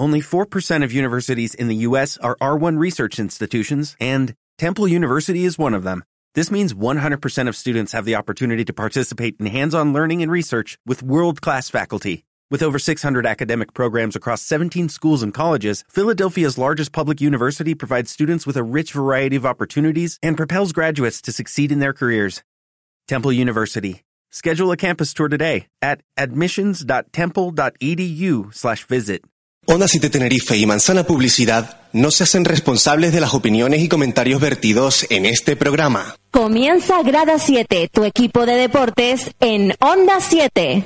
only 4% of universities in the U.S. are R1 research institutions, and Temple University is one of them. This means 100% of students have the opportunity to participate in hands-on learning and research with world-class faculty. With over 600 academic programs across 17 schools and colleges, Philadelphia's largest public university provides students with a rich variety of opportunities and propels graduates to succeed in their careers. Temple University. Schedule a campus tour today at admissions.temple.edu/visit. Onda 7 Tenerife y Manzana Publicidad no se hacen responsables de las opiniones y comentarios vertidos en este programa. Comienza Grada 7, tu equipo de deportes en Onda 7.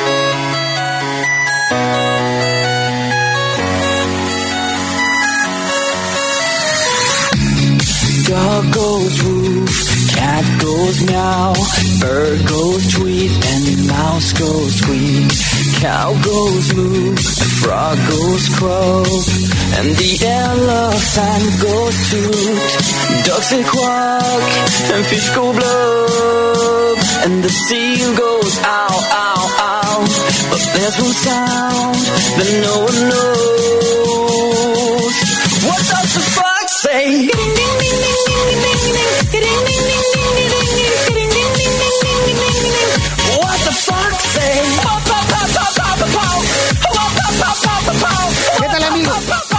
Dog goes woof, cat goes meow, bird goes tweet, and mouse goes squeak. Cow goes moo, frog goes croak, and the elephant goes toot. Ducks say quack, and fish go blub, and the seal goes ow, ow, ow. But there's one sound that no one knows. What does the fox say? What the fox say? ¿Qué tal, amigos?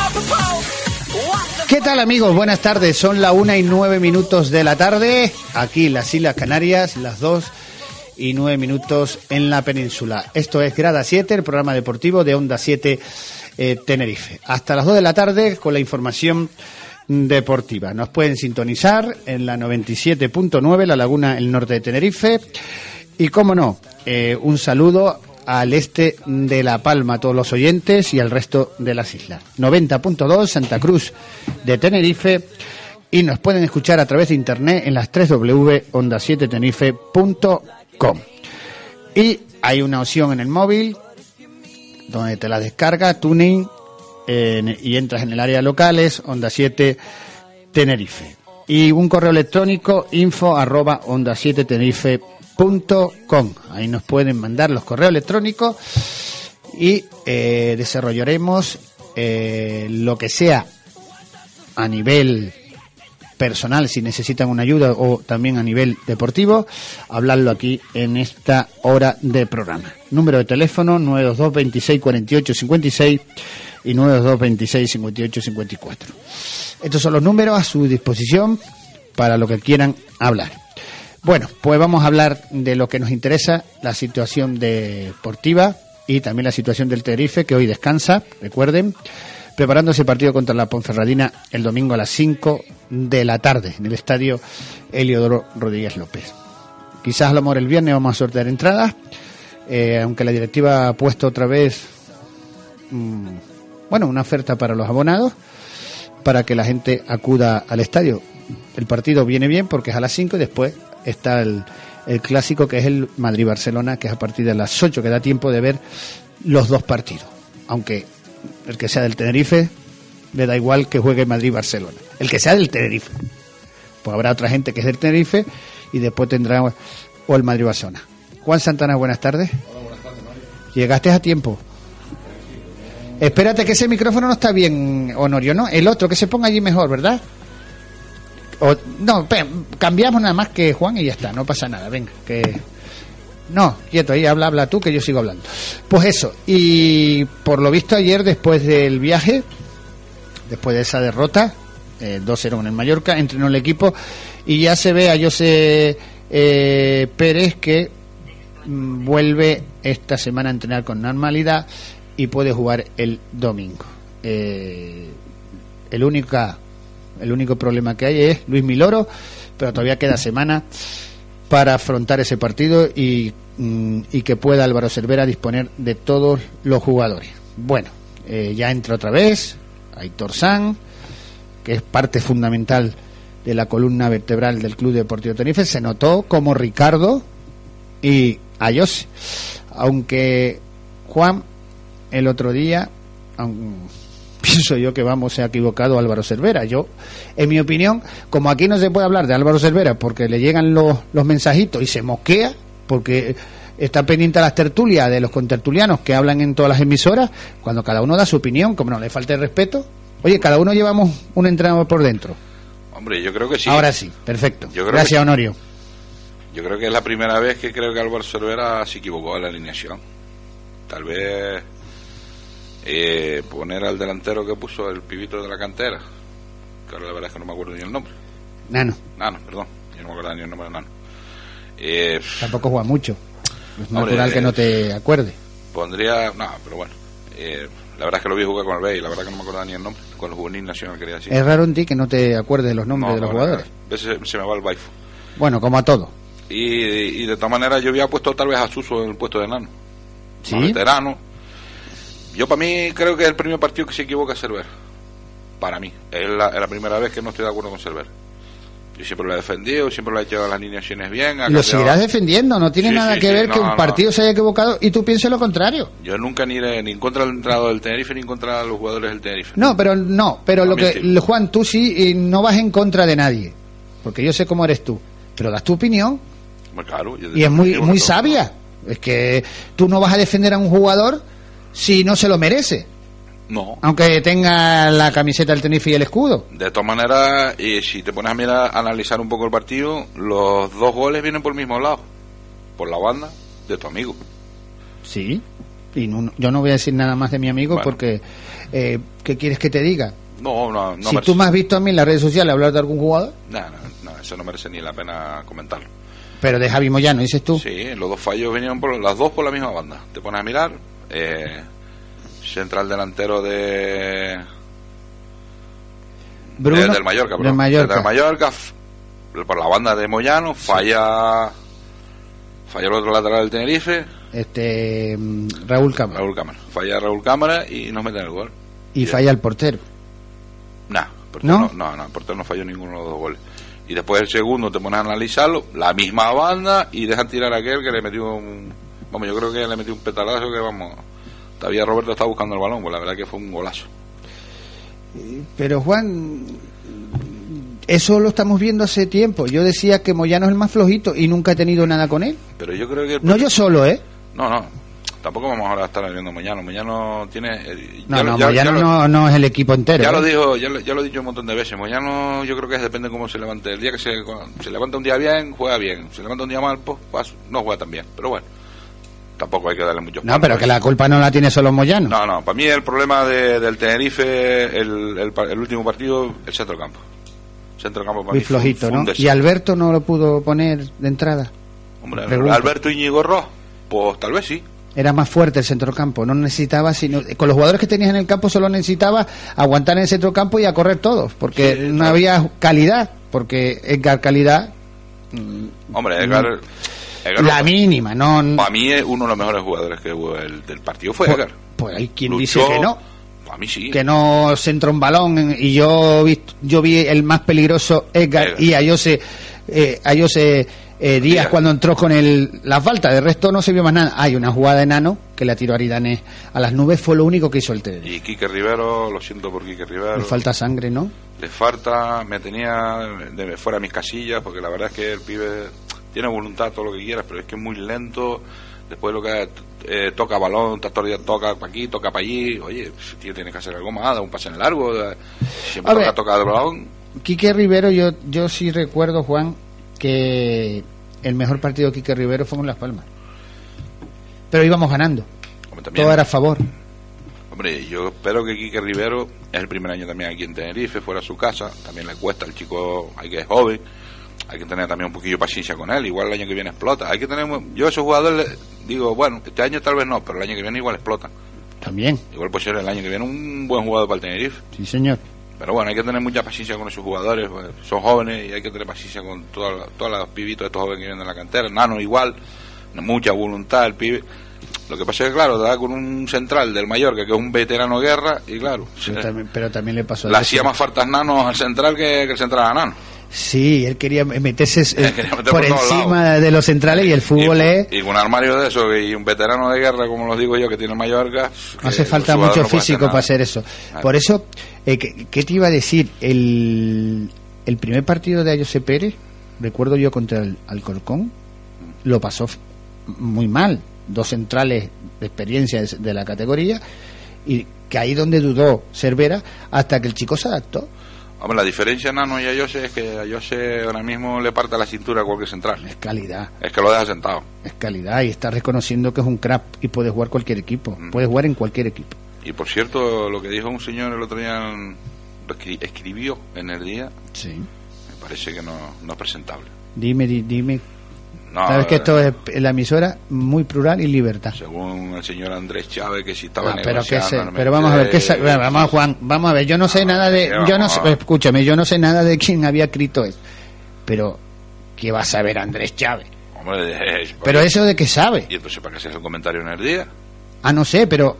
¿Qué tal, amigos? Buenas tardes. Son las 1:09 de la tarde, aquí en las Islas Canarias, las 2:09 en la península. Esto es Grada 7, el programa deportivo de Onda 7 Tenerife. Hasta las 2 de la tarde con la información deportiva. Nos pueden sintonizar en la 97.9, La Laguna, el norte de Tenerife. Y cómo no, un saludo al este de La Palma, a todos los oyentes y al resto de las islas. 90.2, Santa Cruz de Tenerife. Y nos pueden escuchar a través de internet en las www.onda7tenerife.com. Y hay una opción en el móvil donde te la descargas, tuning, y entras en el área locales, Onda 7 Tenerife. Y un correo electrónico, info@onda7tenerife.com. Ahí nos pueden mandar los correos electrónicos y desarrollaremos lo que sea a nivel personal, si necesitan una ayuda, o también a nivel deportivo, hablarlo aquí en esta hora de programa. Número de teléfono 922 26 48 56 y 922 26 58 54. Estos son los números a su disposición para lo que quieran hablar. Bueno, pues vamos a hablar de lo que nos interesa, la situación deportiva y también la situación del Tenerife, que hoy descansa, recuerden, preparándose el partido contra la Ponferradina el domingo a las 5 de la tarde en el estadio Heliodoro Rodríguez López. Quizás a lo mejor el viernes vamos a sortear entradas, aunque la directiva ha puesto otra vez una oferta para los abonados para que la gente acuda al estadio. El partido viene bien porque es a las 5 y después está el clásico, que es el Madrid-Barcelona, que es a partir de las 8, que da tiempo de ver los dos partidos, aunque el que sea del Tenerife le da igual que juegue Madrid-Barcelona, el que sea del Tenerife, pues habrá otra gente que es del Tenerife y después tendrá o el Madrid-Barcelona. Juan Santana, buenas tardes. Hola, buenas tardes, Mario. ¿Llegaste a tiempo? Espérate, que ese micrófono no está bien, Honorio, ¿no? El otro, que se ponga allí mejor, ¿verdad? No, cambiamos nada más que Juan y ya está, no pasa nada, venga, que... No, quieto, ahí habla tú, que yo sigo hablando. Pues eso, y por lo visto ayer, después del viaje, después de esa derrota, 2-0 en el Mallorca, entrenó el equipo y ya se ve a José Pérez que vuelve esta semana a entrenar con normalidad y puede jugar el domingo. El único problema que hay es Luis Miloro, pero todavía queda semana para afrontar ese partido y que pueda Álvaro Cervera disponer de todos los jugadores. Bueno, ya entra otra vez Aitor Sanz, que es parte fundamental de la columna vertebral del Club Deportivo Tenerife. Se notó como Ricardo y Ayose, aunque Juan el otro día, pienso yo que se ha equivocado Álvaro Cervera. Yo, en mi opinión, como aquí no se puede hablar de Álvaro Cervera porque le llegan los mensajitos y se mosquea, porque está pendiente a las tertulias de los contertulianos que hablan en todas las emisoras, cuando cada uno da su opinión, como no le falte el respeto. Oye, cada uno llevamos un entrenador por dentro. Hombre, yo creo que sí. Ahora sí, perfecto. Yo creo Gracias, Honorio. Yo creo que es la primera vez que creo que Álvaro Cervera se equivocó en la alineación. Tal vez poner al delantero que puso el pibito de la cantera, que ahora la verdad es que no me acuerdo ni el nombre. Nano, Perdón, yo no me acuerdo ni el nombre de Nano. tampoco juega mucho. Es Hombre, natural que no te acuerdes. Pondría... No, pero bueno. La verdad es que lo vi jugar con el B y la verdad que no me acuerdo ni el nombre. Con el juvenil nacional quería decir. Es raro en ti que no te acuerdes de los nombres de los jugadores. A veces se me va el baifo. Bueno, como a todo. Y de todas maneras yo había puesto tal vez a Suso en el puesto de Nano. ¿Sí? Más veterano. Yo para mí creo que es el primer partido que se equivoca Cerver. Para mí. Es la primera vez que no estoy de acuerdo con Cerver. Yo siempre lo he defendido, siempre lo he hecho las alineaciones bien. Lo seguirás defendiendo, no tiene nada que ver que un partido se haya equivocado y tú pienses lo contrario. Yo nunca ni en contra del entrenador del Tenerife ni en contra de los jugadores del Tenerife. No, pero lo que Juan, tú sí no vas en contra de nadie, porque yo sé cómo eres tú, pero das tu opinión. Pues claro, y es muy sabia. Es que tú no vas a defender a un jugador si no se lo merece. No. Aunque tenga la camiseta del Tenerife y el escudo. De todas maneras, si te pones a mirar, a analizar un poco el partido, los dos goles vienen por el mismo lado, por la banda de tu amigo. Sí. Y yo no voy a decir nada más de mi amigo, bueno, porque ¿qué quieres que te diga? No si tú me has visto a mí en las redes sociales hablar de algún jugador. No, eso no merece ni la pena comentarlo. Pero de Javi Moyano, dices tú. Sí, los dos fallos vinieron las dos por la misma banda. Te pones a mirar, central delantero de Bruno, del Mallorca, del Mallorca. Del Mallorca, por la banda de Moyano, falla el otro lateral del Tenerife, Raúl Cámara. Falla Raúl Cámara y nos meten el gol. Y falla el portero. No, el portero no falló ninguno de los dos goles. Y después el segundo te pones a analizarlo, la misma banda, y dejan tirar a aquel que le metió yo creo que le metió un petalazo que todavía Roberto estaba buscando el balón, pues la verdad que fue un golazo. Pero Juan, eso lo estamos viendo hace tiempo. Yo decía que Moyano es el más flojito y nunca he tenido nada con él. Pero yo creo que no yo solo, No, tampoco vamos ahora a estar viendo Moyano. Moyano tiene... Moyano no es el equipo entero. Ya lo he dicho un montón de veces. Moyano yo creo que depende de cómo se levante. El día que se levanta un día bien, juega bien. Se levanta un día mal, pues no juega tan bien. Pero bueno, tampoco hay que darle mucho. No, pero que la culpa no la tiene solo Moyano. No, para mí el problema del Tenerife, el último partido, el centrocampo. Para muy mí flojito, fue ¿no? ¿Y Alberto no lo pudo poner de entrada? Hombre, Alberto Íñigo Ross, pues tal vez sí. Era más fuerte el centrocampo, no necesitaba, con los jugadores que tenías en el campo solo necesitaba aguantar en el centrocampo y a correr todos, porque no había calidad, porque Edgar calidad... Hombre, Edgar la mínima, no... Para mí es uno de los mejores jugadores que hubo del partido fue Edgar. Pues hay quien dice que no. Para mí sí. Que no centra un balón, y yo vi el más peligroso Edgar. Y a Jose Díaz cuando entró con la falta, de resto no se vio más nada. Hay una jugada de Nano que la tiró a Aridane a las nubes, fue lo único que hizo el Tenerife. Y Quique Rivero, lo siento por Quique Rivero. Le falta sangre, ¿no? Le falta, me tenía fuera de mis casillas, porque la verdad es que el pibe tiene voluntad, todo lo que quieras, pero es que es muy lento. Después lo que toca balón, todo el día toca para aquí, toca para allí. Oye, tío, tienes que hacer algo más, da un pase en largo, siempre toca el balón. Quique Rivero, yo sí recuerdo, Juan, que el mejor partido de Quique Rivero fue en Las Palmas, pero íbamos ganando. Todo era a favor. Hombre, yo espero que Quique Rivero, es el primer año también aquí en Tenerife, fuera a su casa, también le cuesta, el chico hay que es joven, hay que tener también un poquillo de paciencia con él, igual el año que viene explota. Hay que tener, yo a esos jugadores digo, bueno, este año tal vez no, pero el año que viene igual explota. También. Igual puede ser el año que viene un buen jugador para el Tenerife. Sí, señor. Pero bueno, hay que tener mucha paciencia con esos jugadores, pues, son jóvenes y hay que tener paciencia con todos los pibitos de estos jóvenes que vienen de la cantera. Nano igual, mucha voluntad el pibe. Lo que pasa es que, claro, da con un central del Mallorca que es un veterano de guerra y claro... Pero también le pasó... Le hacía más faltas Nano al central que el central a Nano. Sí, él quería meterse por encima de los centrales y el fútbol y con un armario de eso y un veterano de guerra, como los digo yo, que tiene el Mallorca... Hace falta mucho físico para hacer eso. Por eso, ¿qué te iba a decir? El primer partido de Jose Pérez, recuerdo yo contra el Alcorcón, lo pasó muy mal, 2 centrales de experiencia de la categoría, y que ahí donde dudó Cervera hasta que el chico se adaptó. Hombre, la diferencia, Nano y a Jose, es que a Jose ahora mismo le parte la cintura a cualquier central. Es calidad. Es que lo deja sentado. Es calidad, y está reconociendo que es un crack y puede jugar cualquier equipo. Puede jugar en cualquier equipo. Y por cierto, lo que dijo un señor el otro día, escribió en el día, Sí. me parece que no es presentable. Dime. No, Sabes que esto es la emisora muy plural y libertad. según el señor Andrés Chávez, que si estaba Pero negociando... vamos a ver, vamos, Juan, vamos a ver, yo no sé nada de, escúchame, yo no sé nada de quién había escrito eso. Pero ¿qué va a saber Andrés Chávez? Hombre, Pero eso de qué sabe. ¿Y entonces para qué haces el comentario en el día? No sé, pero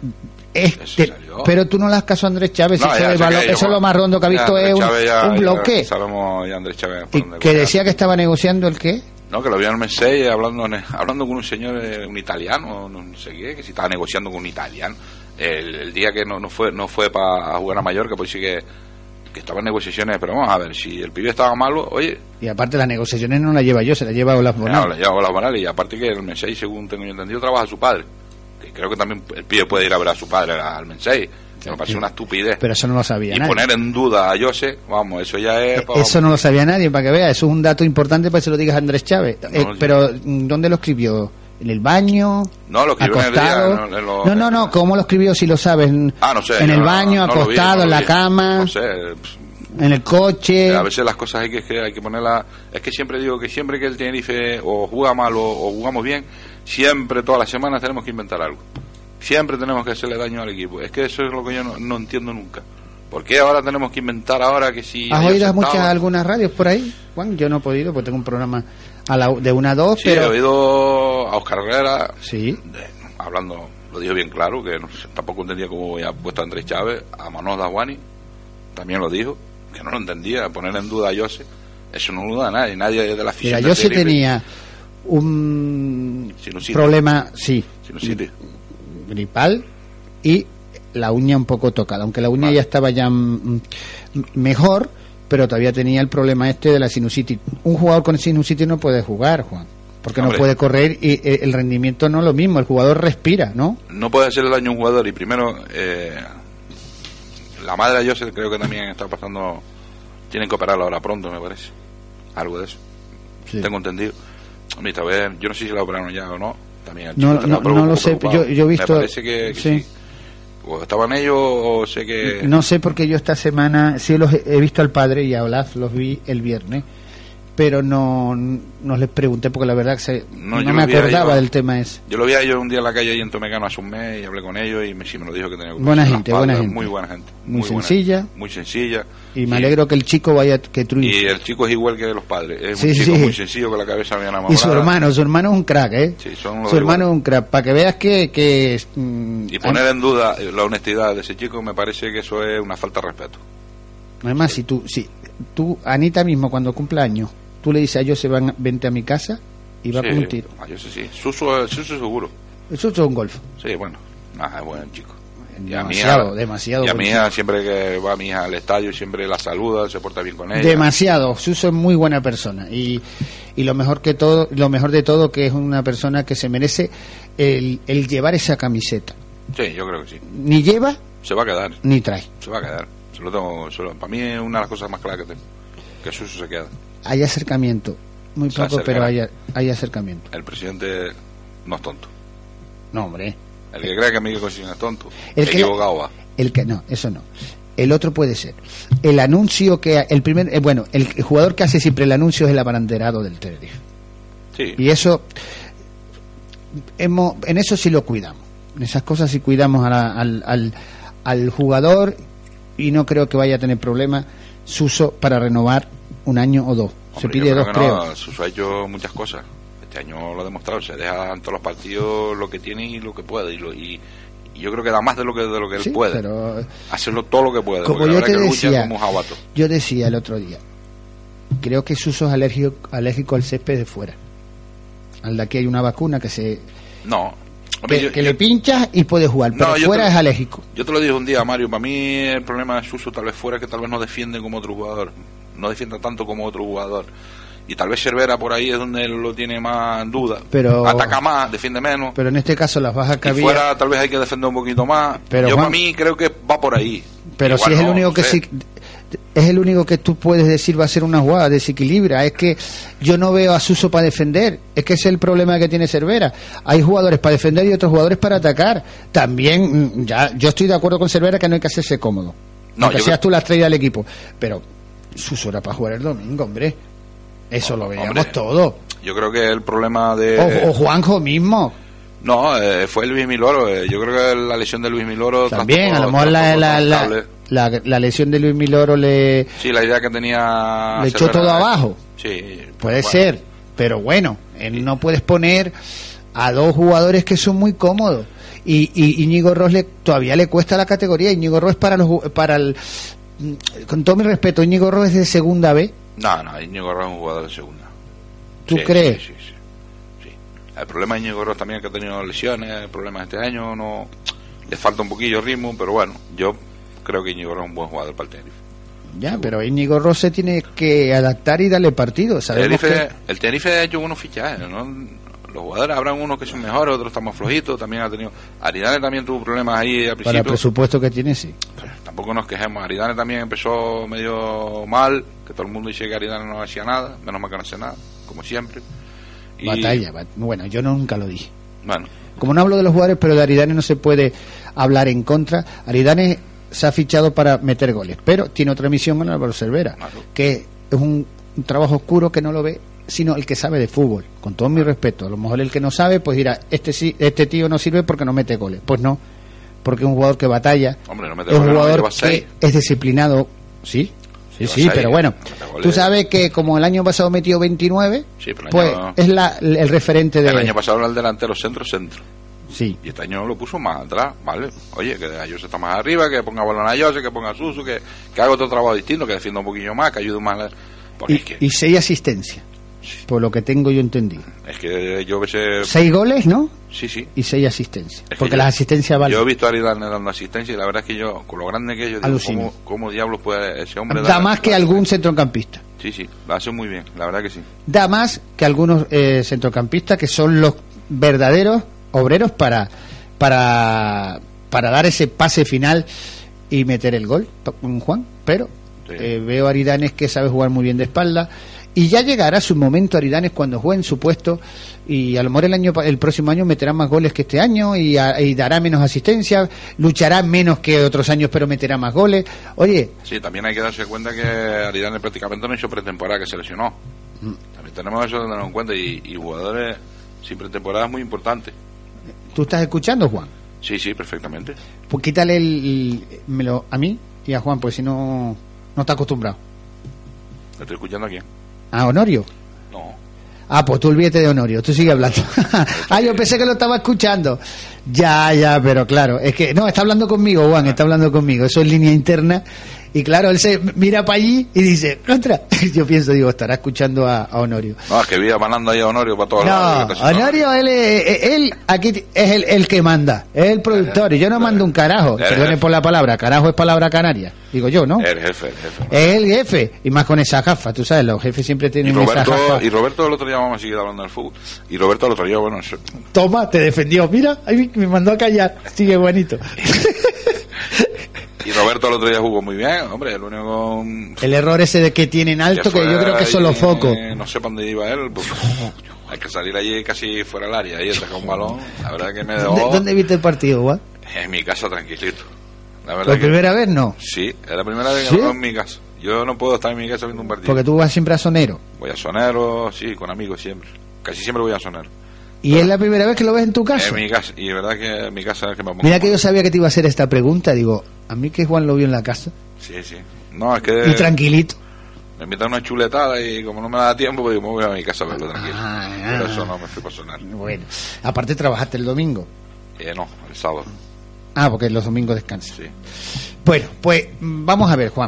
pero tú no le das caso a Andrés Chávez, No, si ya eso sé que es lo más rondo que ha visto, Andrés es Chávez un bloque. Ya sabemos, ya Andrés Chávez... Y que decía que estaba negociando el qué. No, que lo vio en el Mensei hablando con un señor, un italiano, no sé qué, que si estaba negociando con un italiano. El día que no fue para jugar a Mallorca, pues sí que estaba en negociaciones, pero vamos a ver, si el pibe estaba malo, oye... Y aparte las negociaciones no las lleva yo, se las lleva Olaf Bonal. No, le lleva Olaf Bonal, y aparte que el Mensei, según tengo yo entendido, trabaja su padre. Que creo que también el pibe puede ir a ver a su padre al Mensei. Me parece una estupidez. Pero eso no lo sabía y nadie. Poner en duda a Jose, vamos, eso ya es... Eso no lo sabía nadie, para que vea. Eso es un dato importante para que se lo digas a Andrés Chávez. Pero, ¿dónde lo escribió? ¿En el baño? No, lo escribió acostado. en el día. No, ¿cómo lo escribió? Si lo sabes. No sé. En el baño, acostado, en la cama. No sé. En el coche. A veces las cosas hay que ponerlas... Es que siempre digo que siempre que el Tenerife o juega mal o jugamos bien, siempre, todas las semanas tenemos que inventar algo. Siempre tenemos que hacerle daño al equipo. Es que eso es lo que yo no entiendo nunca. ¿Por qué ahora tenemos que inventar ahora que si... ¿Has oído algunas radios por ahí, Juan? Yo no he podido, porque tengo un programa de 1 a 2, sí, pero... he oído a Óscar Herrera, sí, hablando, lo dijo bien claro, que tampoco entendía cómo había puesto a Andrés Chávez, a Manós Daguani, también lo dijo, que no lo entendía, poner en duda a Jose, eso no lo duda a nadie de la afición. Mira, Jose tenía un problema, sinusitis, gripal y la uña un poco tocada, aunque la uña ya estaba ya mejor, pero todavía tenía el problema de la sinusitis. Un jugador con sinusitis no puede jugar, Juan, porque no puede correr y el rendimiento no es lo mismo, el jugador respira, ¿no? No puede hacerle daño a un jugador, y primero la madre de Jose creo que también está pasando, tienen que operarla ahora pronto, me parece, algo de eso, sí. Tengo entendido. Mira, yo no sé si la operaron ya o no, también el chico no lo sé, yo he visto, me parece que sí. O estaban ellos, o sé que... No sé, porque yo esta semana sí los he visto al padre y a Olaf, los vi el viernes, pero no les pregunté, porque la verdad que no me acordaba del tema ese. Yo lo vi a ellos un día en la calle ahí en Tomecano hace un mes y hablé con ellos y sí me lo dijo que tenía que... Buena gente. Muy buena gente. Muy sencilla. Muy sencilla. Y me alegro que el chico vaya, que triunfe. Y el chico es igual que los padres. Es un chico muy sencillo, con la cabeza bien amamorada. Y su hermano es un crack, ¿eh? Sí, su hermano es un crack. Para que veas que y poner en duda la honestidad de ese chico, me parece que eso es una falta de respeto. Además, si tú, Anita mismo, cuando cumple años, tú le dices a ellos, vente a mi casa y va con un tiro. A ellos sí. Suso seguro. Suso es un golf. Sí, bueno. Es buen chico. Demasiado. Y a mi hija, siempre que va mi hija al estadio, siempre la saluda, se porta bien con ella. Demasiado. Suso es muy buena persona. Y lo mejor de todo, que es una persona que se merece el llevar esa camiseta. Sí, yo creo que sí. Ni lleva, se va a quedar. Ni trae. Se va a quedar. Para mí es una de las cosas más claras que tengo. Que Suso se queda. Hay acercamiento, muy poco, pero hay acercamiento. El presidente no es tonto. No, hombre. El que cree que Miguel Consigna es tonto, equivocado va. No, eso no. El otro puede ser. El anuncio que... el jugador que hace siempre el anuncio es el abanderado del Tenerife. Sí. Y eso... en eso sí lo cuidamos. En esas cosas sí cuidamos al jugador, y no creo que vaya a tener problema Suso para renovar 1 año o 2. Se pide 2, creo. Suso ha hecho muchas cosas. Este año lo ha demostrado. Se deja en todos los partidos lo que tiene y lo que puede. Y yo creo que da más de lo que él puede. Pero hacerlo todo lo que puede. Como yo decía el otro día, creo que Suso es alérgico al césped de fuera. Al de aquí hay una vacuna que se... No. Que le pinchas y puede jugar, pero fuera es alérgico. Yo te lo dije un día, Mario, para mí el problema de Suso tal vez fuera que tal vez no defiende como otro jugador, no defienda tanto como otro jugador, y tal vez Cervera por ahí es donde él lo tiene más en duda. Pero, ataca más, defiende menos. Pero en este caso las bajas que y había... fuera tal vez hay que defender un poquito más. Pero yo Juan, para mí creo que va por ahí. Pero igual si es no, el único no que sé. sí, es el único que tú puedes decir va a ser una jugada, desequilibra. Es que yo no veo a Suso para defender. Es que ese es el problema que tiene Cervera. Hay jugadores para defender y otros jugadores para atacar. También, ya yo estoy de acuerdo con Cervera que no hay que hacerse cómodo. No, aunque yo seas creo- tú la estrella del equipo. Pero Suso era para jugar el domingo, hombre. Eso lo veíamos hombre. todo. Yo creo que el problema de... O Juanjo mismo. No, fue Luis Miloro. Yo creo que la lesión de Luis Miloro... También, a lo mejor la lesión de Luis Miloro le Sí, la idea que tenía... echó Cervera, todo abajo. Sí. Puede bueno. ser, pero bueno, no puedes poner a dos jugadores que son muy cómodos. Y Íñigo Ross todavía le cuesta la categoría. Íñigo Ross para el con todo mi respeto, Íñigo Ross es de segunda B. No, Íñigo Ross es un jugador de segunda. ¿Tú Sí, crees? Sí. El problema de Íñigo Ross también es que ha tenido lesiones, el problema este año, no le falta un poquillo de ritmo, pero bueno, yo creo que Íñigo Ross es un buen jugador para el Tenerife. Ya, Seguro. pero Íñigo Ross se tiene que adaptar y darle partido. Sabemos El Tenerife ha hecho unos fichajes, ¿no? Los jugadores habrán unos que son mejores, otros están más flojitos, también ha tenido... Aridane también tuvo problemas ahí al que para el principio. presupuesto que tiene, sí. Tampoco nos quejemos, Aridane también empezó medio mal, que todo el mundo dice que Aridane no hacía nada, menos mal que no hacía nada, como siempre. Y, Batalla, bueno, yo nunca lo dije. Bueno, Como no hablo de los jugadores, pero de Aridane no se puede hablar en contra. Aridane se ha fichado para meter goles, pero tiene otra misión con Álvaro Cervera, Claro. que es un trabajo oscuro que no lo ve sino el que sabe de fútbol, con todo mi respeto. A lo mejor el que no sabe pues dirá, este tío no sirve porque no mete goles. Pues no, porque es un jugador que batalla, hombre, no mete es un goles, no, jugador lleva que 6. es disciplinado, sí, Lleva sí, 6, pero bueno, no mete goles. tú sabes que como el año pasado metió 29, Sí, pero el pues año- es el referente de... El año pasado era el delantero centro. Sí, Y este año lo puso más atrás, ¿vale? Oye, que Ayuso está más arriba, que ponga balón a Ayuso, que ponga a Suso, que haga otro trabajo distinto, que defienda un poquillo más, que ayude más. Porque y 6 asistencias, por lo que tengo yo entendido. es que yo a veces... 6 goles, ¿no? Sí. Y 6 asistencias. Es que Porque yo- las asistencias valen. Yo he visto a Aridane dando asistencia y la verdad es que yo, con lo grande que es, yo digo, Alucino. ¿cómo diablos puede ese hombre Da dar más que dar algún asistencia? centrocampista. Sí, lo hace muy bien, la verdad que sí. Da más que algunos centrocampistas que son los verdaderos obreros para dar ese pase final y meter el gol, Juan. Pero Sí. veo a Aridanes que sabe jugar muy bien de espalda. Y ya llegará su momento, Aridanes, cuando juegue en su puesto, y a lo mejor el próximo año meterá más goles que este año y dará menos asistencia, luchará menos que otros años, pero meterá más goles. Oye, Sí, también hay que darse cuenta que Aridane prácticamente no hizo pretemporada, que se lesionó. También tenemos eso de tenerlo en cuenta y jugadores sin pretemporada es muy importante. ¿tú estás escuchando, Juan? Sí, perfectamente. Pues quítale a mí y a Juan, pues si no está acostumbrado. ¿Me estoy escuchando a quién? ¿A Honorio? No. Ah, pues tú olvídate de Honorio, tú sigue hablando. Yo pensé que lo estaba escuchando. Ya, pero claro, es que no, está hablando conmigo, Juan, está hablando conmigo. Eso es línea interna. Y claro, él se mira para allí y dice, contra. Yo pienso, estará escuchando a Honorio. No, es que vi mandando ahí a Honorio para todos No, lados. Honorio, él aquí es el que manda, es el productor, y yo no mando un carajo. Eres Perdone jefe. por la palabra, carajo es palabra canaria, digo yo, ¿no? El jefe. Es el jefe, y más con esa gafa, tú sabes, los jefes siempre Y tienen esa gafa. Roberto el otro día, vamos a seguir hablando del fútbol. Y Roberto el otro día, bueno, Toma, te defendió, mira, ahí me mandó a callar, sigue bonito. y Roberto el otro día jugó muy bien, hombre, el único El error ese de que tienen alto, que yo creo que son los focos. No sé para dónde iba él, pues, hay que salir allí casi fuera del área, ahí sacar un balón, la verdad que me dejó ¿Dónde viste el partido, Juan? en mi casa tranquilito. La verdad ¿Por que primera vez no? sí, es la primera vez que ¿Sí? lo veo en mi casa. Yo no puedo estar en mi casa viendo un partido. Porque tú vas siempre a Sonero. Voy a Sonero, sí, con amigos siempre. Casi siempre voy a Sonero. Y es la primera vez que lo ves en tu casa. En mi casa, y de verdad que en mi casa es que me pongo. Mira que yo sabía que te iba a hacer esta pregunta, digo, a mí que Juan lo vio en la casa. Sí. No, es que Y tranquilito. me invitan una chuletada y como no me da tiempo, pues digo, me voy a mi casa a verlo tranquilo. Ah. Por eso no me fui para sonar. Bueno, aparte trabajaste el domingo. No, el sábado. Ah, porque los domingos descansas. Sí. Bueno, pues vamos a ver, Juan.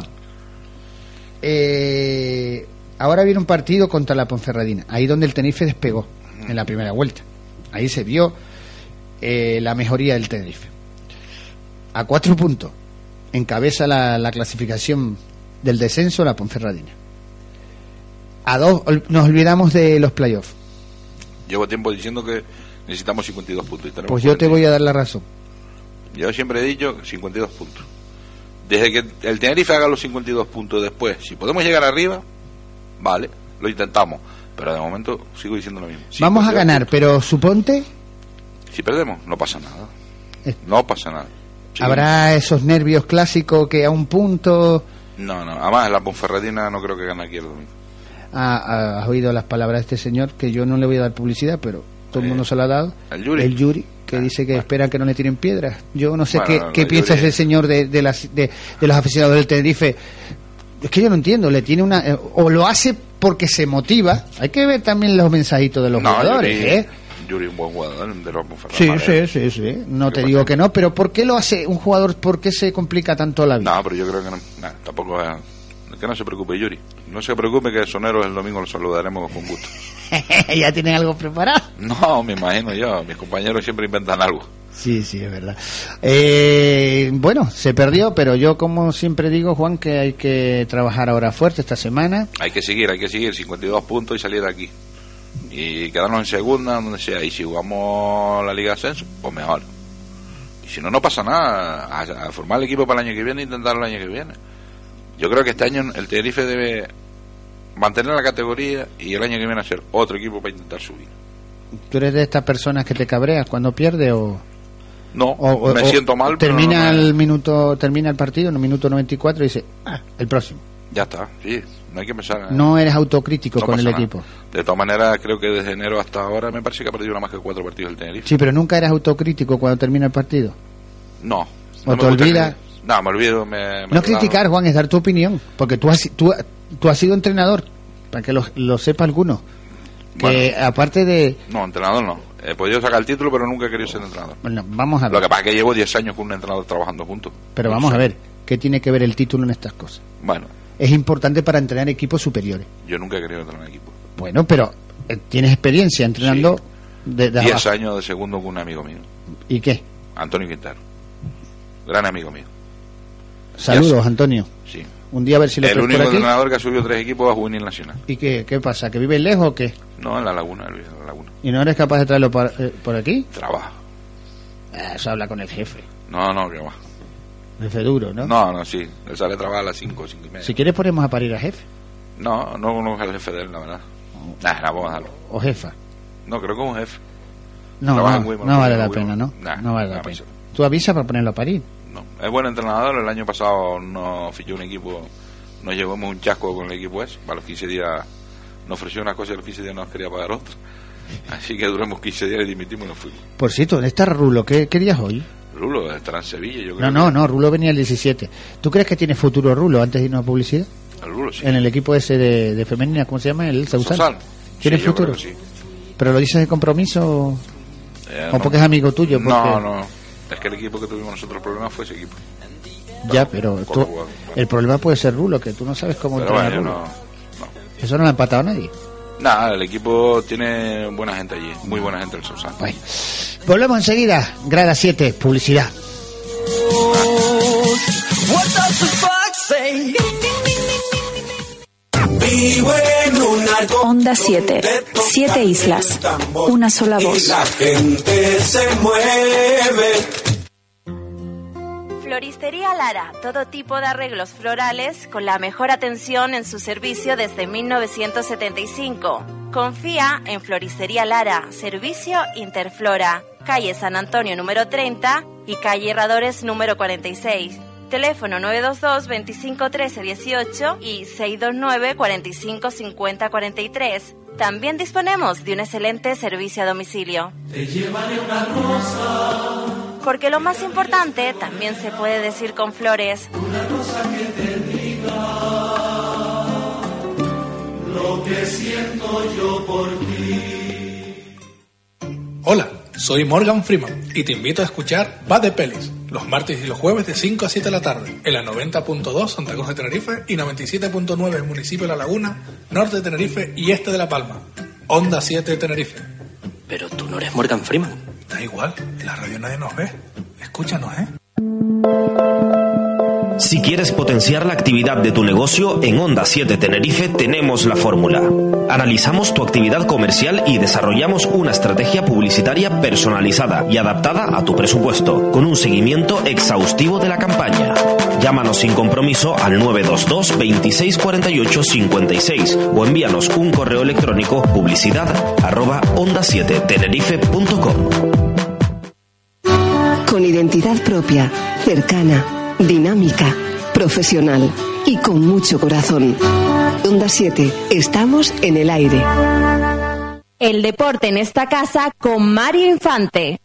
Ahora viene un partido contra la Ponferradina, ahí donde el Tenerife despegó en la primera vuelta. Ahí se vio la mejoría del Tenerife. A 4 puntos encabeza la clasificación del descenso la Ponferradina. a 2 nos olvidamos de los playoffs. Llevo tiempo diciendo que necesitamos 52 puntos. Y tenemos Pues yo te 42. voy a dar la razón. Yo siempre he dicho 52 puntos. Desde que el Tenerife haga los 52 puntos después, si podemos llegar arriba, vale, lo intentamos. Pero de momento sigo diciendo lo mismo. Vamos a 52 ganar, puntos. pero suponte Si perdemos, no pasa nada. No pasa nada. Sí. habrá esos nervios clásicos que a un punto... No, además la Ponferradina no creo que gane aquí el domingo. Has oído las palabras de este señor, que yo no le voy a dar publicidad, pero todo el mundo se lo ha dado. El Yuri. Que dice que espera que no le tiren piedras. Yo no sé Bueno, qué piensa Yuri. ese señor de los aficionados del Tenerife. Es que yo no entiendo, le tiene una... o lo hace porque se motiva. Hay que ver también los mensajitos de los jugadores, Yuri es un buen jugador de los Ponferradina. Sí. No te digo que no, pero ¿por qué lo hace un jugador? ¿Por qué se complica tanto la vida? No, pero yo creo que no, tampoco es... Que no se preocupe, Yuri. No se preocupe que Soneros el domingo lo saludaremos con gusto. ¿Ya tienen algo preparado? No, me imagino yo. Mis compañeros siempre inventan algo. Sí, es verdad. Bueno, se perdió, pero yo como siempre digo, Juan, que hay que trabajar ahora fuerte esta semana. Hay que seguir 52 puntos y salir de aquí. Y quedarnos en segunda, donde sea. Y si jugamos la Liga de Ascenso, pues mejor. Y si no, no pasa nada. A formar el equipo para el año que viene e intentarlo el año que viene. Yo creo que este año el Tenerife debe mantener la categoría y el año que viene hacer otro equipo para intentar subir. ¿Tú eres de estas personas que te cabreas cuando pierdes o...? No, me siento mal. Termina pero no termina el partido en el minuto 94 y dice, el próximo. Ya está, sí, no hay que pensar. No eres autocrítico No con el pasa nada. equipo. De todas maneras, creo que desde enero hasta ahora me parece que ha perdido nada más que 4 partidos el Tenerife. Sí, pero nunca eres autocrítico cuando termina el partido. No. ¿O me te gusta olvidas? No, me olvido. No criticar, Juan, es dar tu opinión, porque tú has sido entrenador, para que lo sepa alguno. Que Bueno. aparte de... No, entrenador no. He podido sacar el título, pero nunca he querido ser entrenador. Bueno, vamos a ver. Lo que pasa es que llevo 10 años con un entrenador trabajando juntos. Pero vamos a ver, ¿qué tiene que ver el título en estas cosas? Bueno, Es importante para entrenar equipos superiores. yo nunca he querido entrenar en equipo. Bueno, pero tienes experiencia entrenando Sí. de 10 abajo. años de segundo con un amigo mío, ¿Y qué? Antonio Quintero. Gran amigo mío. Saludos, sé. Antonio. Sí. Un día a ver si lo El traes único por aquí. entrenador que ha subido 3 equipos a Juvenil Nacional. ¿Y qué pasa? ¿Que vive lejos o qué? No, en la Laguna, él vive en la Laguna. ¿Y no eres capaz de traerlo por aquí? Trabaja. Eso habla con el jefe. No, que va. Jefe duro, ¿no? No, sí. Él sale a trabajar a las 5, 5 y media. Si quieres ponemos a parir a jefe. No conozco al jefe de él, la verdad. Vamos a dejarlo. O jefa. No, creo que es un jefe. No, Trabaja no, muy mal, no vale muy la mal. pena, ¿no? Nah, no vale la nah, pena. pues, Tú avisas para ponerlo a parir. No, es buen entrenador. El año pasado nos fichó un equipo, nos llevamos un chasco con el equipo ese. Para los 15 días nos ofreció una cosa y a los 15 días nos quería pagar otra. Así que duramos 15 días y dimitimos y nos fuimos. Por cierto, ¿dónde está Rulo? ¿Qué día es hoy? Rulo estará en Sevilla, yo creo. No, Rulo venía el 17. ¿Tú crees que tiene futuro Rulo antes de irnos a publicidad? El Rulo, sí. En el equipo ese de femenina, ¿cómo se llama? El Sausal. Sosal. ¿Tiene Sí, yo futuro? creo que sí. ¿Pero lo dices de compromiso o No. porque es amigo tuyo? Porque... No. Es que el equipo que tuvimos nosotros el problema fue ese equipo. Ya, pero Con tú- los jugadores, bueno. el problema puede ser Rulo, que tú no sabes cómo Pero entrenar bueno, Rulo. no. Eso no lo ha empatado nadie. Nada, el equipo tiene buena gente allí, muy buena gente el Sosal. Bueno, volvemos enseguida. Grada 7, publicidad. What does the fox say? Onda 7. 7 islas. Una sola voz. La gente se mueve. Floristería Lara, todo tipo de arreglos florales con la mejor atención en su servicio desde 1975. Confía en Floristería Lara, servicio Interflora, calle San Antonio número 30 y calle Herradores número 46. Teléfono 922 25 13 18 y 629 45 50 43. También disponemos de un excelente servicio a domicilio. Porque lo más importante también se puede decir con flores. Hola, soy Morgan Freeman y te invito a escuchar Va de Pelis, los martes y los jueves de 5 a 7 de la tarde, en la 90.2 Santa Cruz de Tenerife y 97.9 el municipio de La Laguna, norte de Tenerife y este de La Palma. Onda 7 de Tenerife. Pero tú no eres Morgan Freeman. Da igual, en la radio nadie nos ve. Escúchanos, ¿eh? Si quieres potenciar la actividad de tu negocio, en Onda 7 Tenerife tenemos la fórmula. Analizamos tu actividad comercial y desarrollamos una estrategia publicitaria personalizada y adaptada a tu presupuesto, con un seguimiento exhaustivo de la campaña. Llámanos sin compromiso al 922 26 48 56 o envíanos un correo electrónico publicidad@onda7tenerife.com. Con identidad propia, cercana, dinámica, profesional y con mucho corazón. Onda 7, estamos en el aire. El deporte en esta casa con Mario Infante.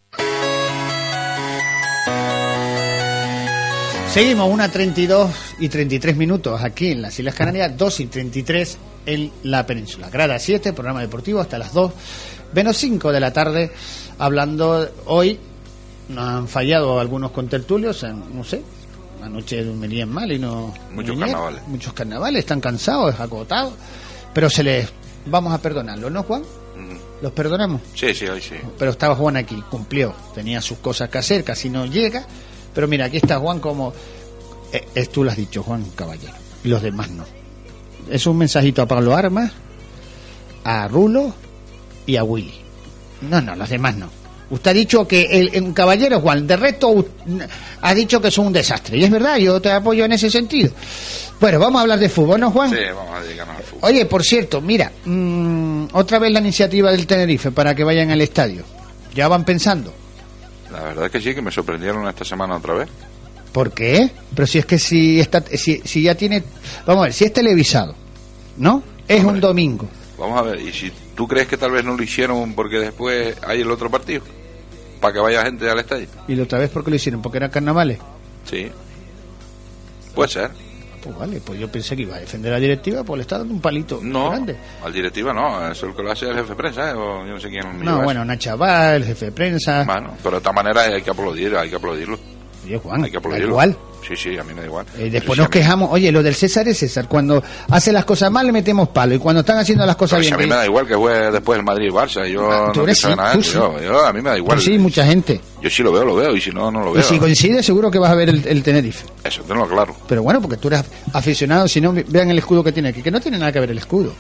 Seguimos, 1:32 y 33 minutos aquí en las Islas Canarias, 2:33 en la península. Grada 7, programa deportivo hasta las 2 menos 5 de la tarde, hablando hoy. Nos han fallado algunos contertulios, no sé, anoche venían mal y no... Muchos carnavales, están cansados, agotados, pero vamos a perdonarlos, ¿no, Juan? ¿Los perdonamos? Sí, hoy sí. Pero estaba Juan aquí, cumplió, tenía sus cosas que hacer, casi no llega, pero mira, aquí está Juan como... tú lo has dicho, Juan Caballero, y los demás no. Es un mensajito a Pablo Armas, a Rulo y a Willy. No, los demás no. Usted ha dicho que el caballero Juan, de resto ha dicho que son un desastre. Y es verdad, yo te apoyo en ese sentido. Bueno, vamos a hablar de fútbol, ¿no, Juan? Sí, vamos a dedicarnos al fútbol. Oye, por cierto, mira, otra vez la iniciativa del Tenerife para que vayan al estadio. ¿Ya van pensando? La verdad es que sí, que me sorprendieron esta semana otra vez. ¿Por qué? Pero si es que si ya tiene... Vamos a ver, si es televisado, ¿no? Es un domingo. Vamos a ver, y si tú crees que tal vez no lo hicieron porque después hay el otro partido, para que vaya gente al estadio. ¿Y la otra vez por qué lo hicieron? ¿Porque eran carnavales? Sí, puede ser. Pues vale, pues yo pensé que iba a defender a la directiva, pues le está dando un palito grande. No, al directiva no, eso es lo que lo hace el jefe de prensa, o yo no sé quién. No, bueno, una chaval, el jefe de prensa. Bueno, pero de todas maneras hay que aplaudirlo. Oye, Juan, hay que aplaudirlo. Da igual. Sí, a mí me da igual. Después nos quejamos, oye, lo del César es César, cuando hace las cosas mal le metemos palo, y cuando están haciendo las cosas bien... A mí me da igual que juegue después el Madrid y Barça, yo no pienso nada, yo a mí me da igual. Pues sí, mucha gente. Yo sí lo veo, y si no lo veo. Y si coincide, seguro que vas a ver el Tenerife. Eso, tenlo claro. Pero bueno, porque tú eres aficionado, si no, vean el escudo que tiene aquí, que no tiene nada que ver el escudo.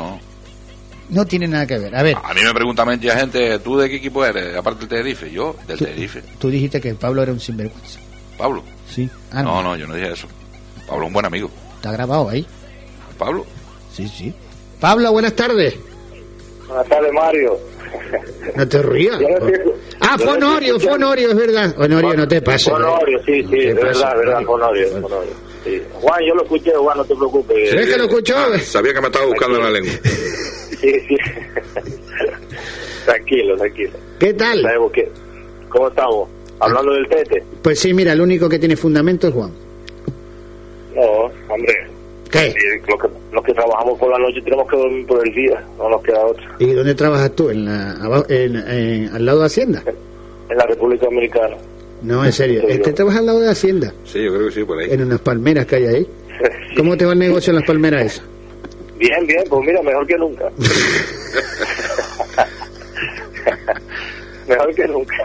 No tiene nada que ver. A ver. A mí me pregunta mucha gente, ¿tú de qué equipo eres? Aparte del Tenerife, yo del Tenerife. Tú dijiste que Pablo era un sinvergüenza. ¿Pablo? Sí. No, yo no dije eso. Pablo es un buen amigo. Está grabado ahí. ¿Pablo? Sí. Pablo, buenas tardes. Buenas tardes, Mario. No te rías. Fue Honorio, es verdad. Honorio, no te pases. Honorio, sí, es verdad, Honorio. Sí. Juan, yo lo escuché, Juan, no te preocupes. ¿Sabes que lo escuchó? Sabía que me estaba buscando en la lengua. Sí. Tranquilo. ¿Qué tal? ¿Cómo estamos? Hablando del Tete. Pues sí, mira, el único que tiene fundamento es Juan. No, hombre. ¿Qué? Los que trabajamos por la noche tenemos que dormir por el día, no nos queda otra. ¿Y dónde trabajas tú? ¿Al lado de Hacienda? En la República Dominicana. No, en serio. ¿Trabaja al lado de Hacienda? Sí, yo creo que sí, por ahí. En unas palmeras que hay ahí. Sí. ¿Cómo te va el negocio en las palmeras esas? Bien, pues mira, mejor que nunca. Mejor que nunca.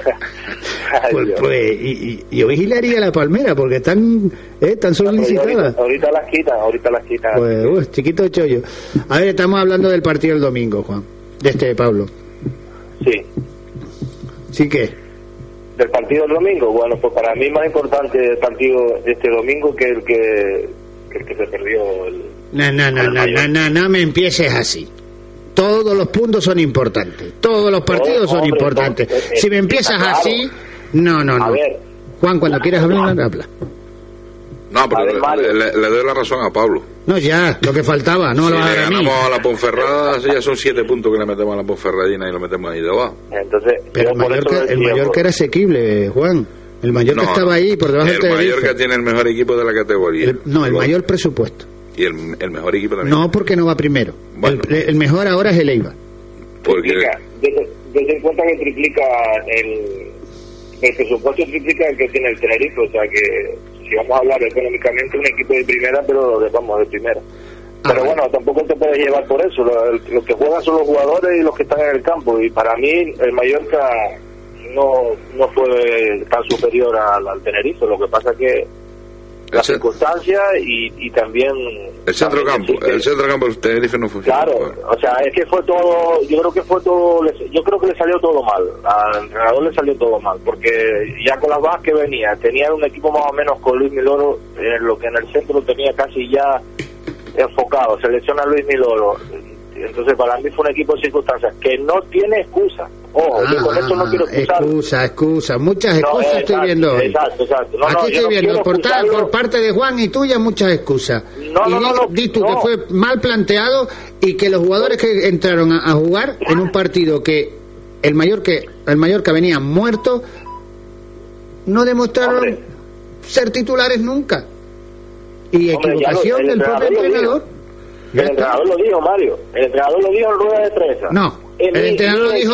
Yo vigilaría la palmera porque están solicitadas. Ahorita las quitan. Pues, chiquito chollo. A ver, estamos hablando del partido del domingo, Juan. De Pablo. Sí. ¿Sí qué? Del partido del domingo, bueno, pues para mí más importante el partido de este domingo que el que se perdió. No me empieces así. Todos los puntos son importantes. Todos los partidos son importantes. Si me empiezas así... No. A ver. Juan, cuando quieras hablar, habla. No, pero le doy la razón a Pablo. No, ya, lo que faltaba. No, si lo le haga a mí. ganamos a la Ponferrada, ya son 7 puntos que le metemos a la Ponferradina y lo metemos ahí debajo. Entonces, pero el Mallorca era asequible, Juan. El Mallorca estaba ahí por debajo del Tenerife. El Mallorca tiene el mejor equipo de la categoría. El mayor presupuesto. Y el mejor equipo también. No, porque no va primero. Bueno. El mejor ahora es el Eibar. Porque... Desde en cuenta que triplica el presupuesto, triplica el que tiene el Tenerife. O sea que, si vamos a hablar económicamente, un equipo de primera, pero de primera. Pero bueno, tampoco te puedes llevar por eso. Los que juegan son los jugadores y los que están en el campo. Y para mí, el Mallorca no fue tan superior al Tenerife. Lo que pasa que las circunstancias y también el centrocampo del Tenerife no funcionó. Claro, o sea, es que fue todo, yo creo que le salió todo mal, al entrenador le salió todo mal, porque ya con las bajas que venía, tenía un equipo más o menos con Luis Miloro, lo que en el centro tenía casi ya enfocado, selecciona a Luis Miloro. Entonces para mí fue un equipo de circunstancias que no tiene excusa. Ojo, yo con esto no quiero excusar. Excusa, muchas excusas estoy viendo hoy. Exacto. Aquí estoy viendo por parte de Juan y tuya muchas excusas. Di tú que fue mal planteado y que los jugadores que entraron a jugar en un partido que el Mallorca venía muerto, no demostraron ser titulares nunca. Y equivocación del propio entrenador. El entrenador lo dijo, Mario. El entrenador lo dijo en rueda de prensa. No, el entrenador dijo,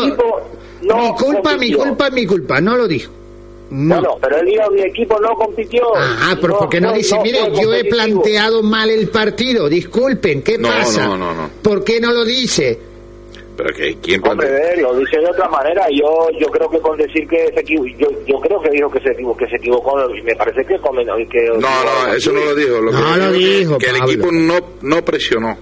mi culpa, no lo dijo. No. Bueno, pero él dijo, mi equipo no compitió. Pero ¿por qué no dice, mire, yo he planteado mal el partido, disculpen, ¿qué pasa? No. ¿Por qué no lo dice? Pero que quién lo dice de otra manera. Yo creo que con decir que se equivocó, yo creo que dijo que se equivocó, y me parece que eso no lo dijo. Lo dijo que el equipo no presionó.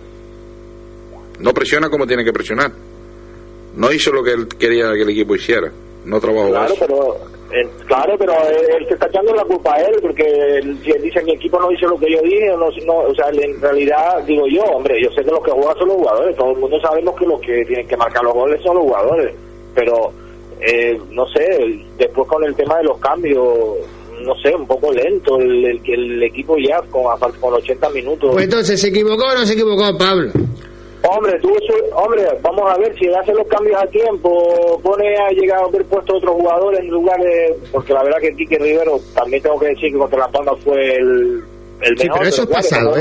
No presiona como tiene que presionar. No hizo lo que él quería que el equipo hiciera. No trabajó. Claro, pero él se está echando la culpa a él, porque él dice mi equipo no hizo lo que yo dije, o sea, en realidad digo yo, hombre, yo sé que los que juegan son los jugadores, todo el mundo sabemos que los que tienen que marcar los goles son los jugadores, pero no sé, después con el tema de los cambios, no sé, un poco lento el equipo ya con 80 minutos. Pues entonces, ¿se equivocó o no se equivocó, Pablo? Hombre, vamos a ver si hace los cambios a tiempo, llega a haber puesto otros jugadores en lugar de, porque la verdad que Quique Rivero, también tengo que decir que contra La Palma fue el mejor. Sí, pero eso es pasado,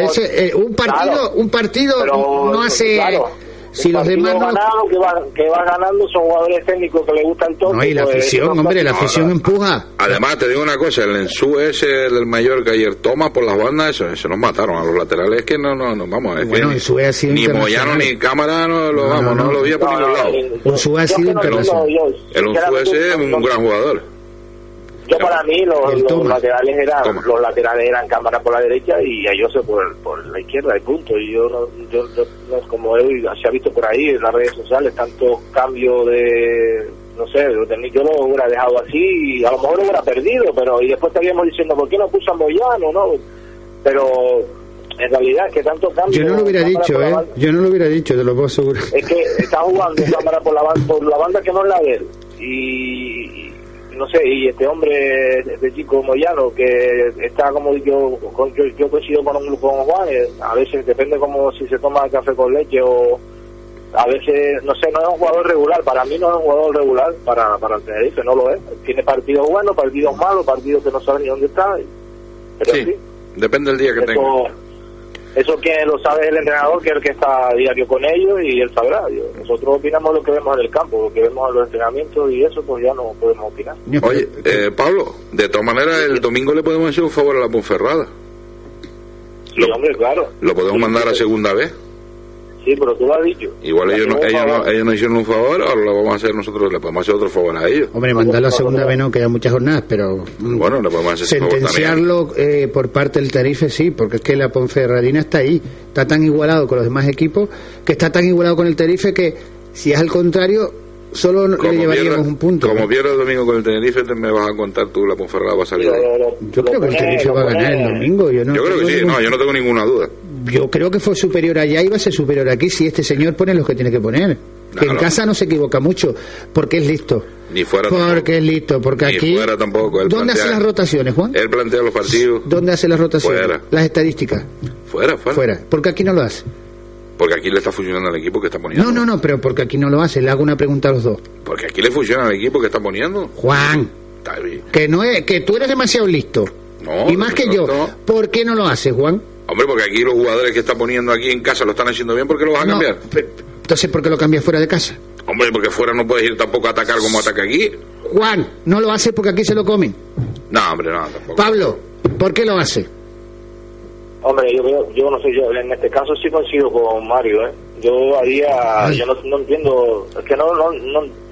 un partido no hace... Claro. Si los demás que va ganando son jugadores técnicos que le gusta el toque. No, y la afición, la afición empuja. Además, te digo una cosa, el Ensú ese del Mallorca ayer toma por las bandas, eso nos mataron a los laterales, que no vamos, es bueno, que ni Moyano ni Cámara no lo veía por ningún lado. Ensú ha sido internacional. El Ensú ese es un gran jugador. Para mí los laterales eran Cámara por la derecha y Ayose por la izquierda, y punto. Y yo no como se ha visto por ahí en las redes sociales tanto cambio de, no sé, yo lo hubiera dejado así y a lo mejor lo hubiera perdido, pero y después estaríamos diciendo ¿por qué no puso a Moyano? No, pero en realidad es que tanto cambio. Yo no lo hubiera dicho, te lo puedo asegurar. Es que está jugando Cámara por la banda que no es la de él, y no sé, y este hombre, este chico Moyano, que está como yo coincido con Juan, a veces depende como si se toma café con leche o a veces, no sé, no es un jugador regular, para mí no es un jugador regular para el Tenerife, no lo es. Tiene partidos buenos, partidos malos, partidos que no saben ni dónde está, pero sí, depende del día que tenga. Eso que lo sabe el entrenador, que es el que está a diario con ellos, y él sabrá. Nosotros opinamos lo que vemos en el campo, lo que vemos en los entrenamientos, y eso pues ya no podemos opinar. Oye, Pablo, de todas maneras el domingo le podemos hacer un favor a la Ponferrada. Sí, hombre, claro. Lo podemos mandar a segunda vez. Sí, pero tú lo has dicho. Igual ellos no hicieron un favor, ahora lo vamos a hacer nosotros, le podemos hacer otro favor a ellos. Hombre, mandarlo a segunda vez no, que haya muchas jornadas, pero bueno, le podemos hacer sentenciarlo por parte del Tenerife, sí, porque es que la Ponferradina está ahí, está tan igualado con los demás equipos, que está tan igualado con el Tenerife que si es al contrario, solo le llevaríamos un punto. Como pierda el domingo con el Tenerife, me vas a contar tú, la Ponferrada va a salir. Yo creo que el Tenerife va a ganar el domingo. Yo creo que sí, yo no tengo ninguna duda. Yo creo que fue superior allá y va a ser superior aquí si este señor pone los que tiene que poner. Que en casa no se equivoca mucho, porque es listo. Ni fuera porque es listo, porque ni aquí... fuera tampoco. ¿Dónde hace las rotaciones, Juan? Él plantea los partidos. ¿Dónde hace las rotaciones? Fuera. Las estadísticas. Fuera. ¿Por qué aquí no lo hace? Porque aquí le está funcionando al equipo que está poniendo. No, pero porque aquí no lo hace. Le hago una pregunta a los dos. Porque aquí le funciona al equipo que está poniendo. Juan, está bien. Que tú eres demasiado listo. No. Y más que yo. ¿Por qué no lo hace, Juan? Hombre, porque aquí los jugadores que está poniendo aquí en casa lo están haciendo bien, ¿por qué lo vas a cambiar? Entonces, ¿por qué lo cambias fuera de casa? Hombre, porque fuera no puedes ir tampoco a atacar como ataca aquí. Juan, no lo hace porque aquí se lo comen. No, hombre, no, tampoco. Pablo, ¿por qué lo hace? Hombre, yo no sé, yo en este caso sí coincido con Mario, Yo haría, yo no entiendo, es que no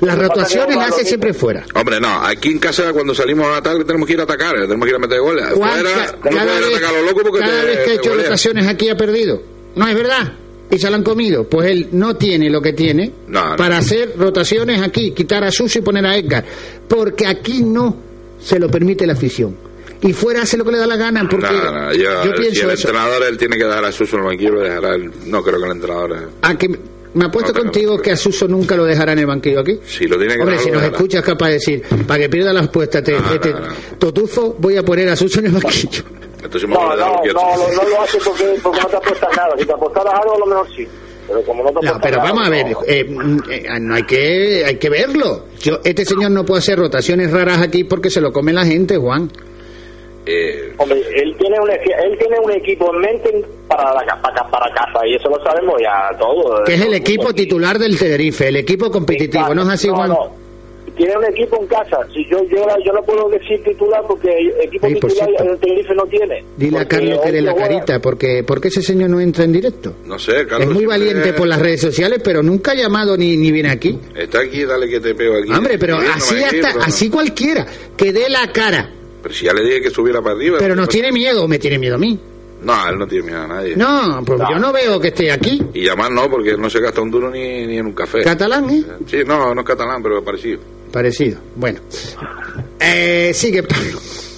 Las rotaciones las hace siempre fuera. Hombre, no, aquí en casa cuando salimos a atacar tenemos que ir a atacar, tenemos que ir a meter goles. Fuera, no puedes atacar a los locos porque cada vez que ha hecho rotaciones aquí ha perdido. ¿No es verdad? Y se lo han comido. Pues él no tiene lo que tiene para hacer rotaciones aquí, quitar a Suso y poner a Edgar. Porque aquí no se lo permite la afición. Y fuera hace lo que le da la gana, porque yo pienso si el eso. entrenador él tiene que dejar a Suso en el banquillo, lo dejará él. No creo que el entrenador Me apuesto contigo que a Suso nunca lo dejará en el banquillo aquí. Sí, lo tiene que Hombre, dejar, si nos escuchas capaz de decir, para que pierda las apuestas, Totufo, voy a poner a Suso en el banquillo. Entonces no lo hace porque no te apuestas nada. Si te apostaras algo, a lo mejor sí. Pero como no te apuestas pero nada, vamos a ver, no hay que verlo. Este señor no puede hacer rotaciones raras aquí porque se lo come la gente, Juan. Hombre, él tiene un equipo en mente para casa, y eso lo sabemos ya todos. Que es el equipo titular del Tenerife, el equipo competitivo, ¿no es así, Juan? Tiene un equipo en casa. Si yo no puedo decir titular porque el equipo titular el Tenerife no tiene. Dile a Carlos que dé la carita, porque ese señor no entra en directo. No sé, Carlos. Es muy valiente por las redes sociales, pero nunca ha llamado ni viene aquí. Está aquí, dale que te pego aquí. Hombre, pero así cualquiera, que dé la cara. Pero si ya le dije que subiera para arriba. Pero nos tiene miedo, o me tiene miedo a mí. No, él no tiene miedo a nadie. No, pues yo no veo que esté aquí. Y llamar no, porque él no se gasta un duro ni en un café. ¿Catalán, Sí, no es catalán, pero es parecido. Parecido, bueno. Sigue, Pablo.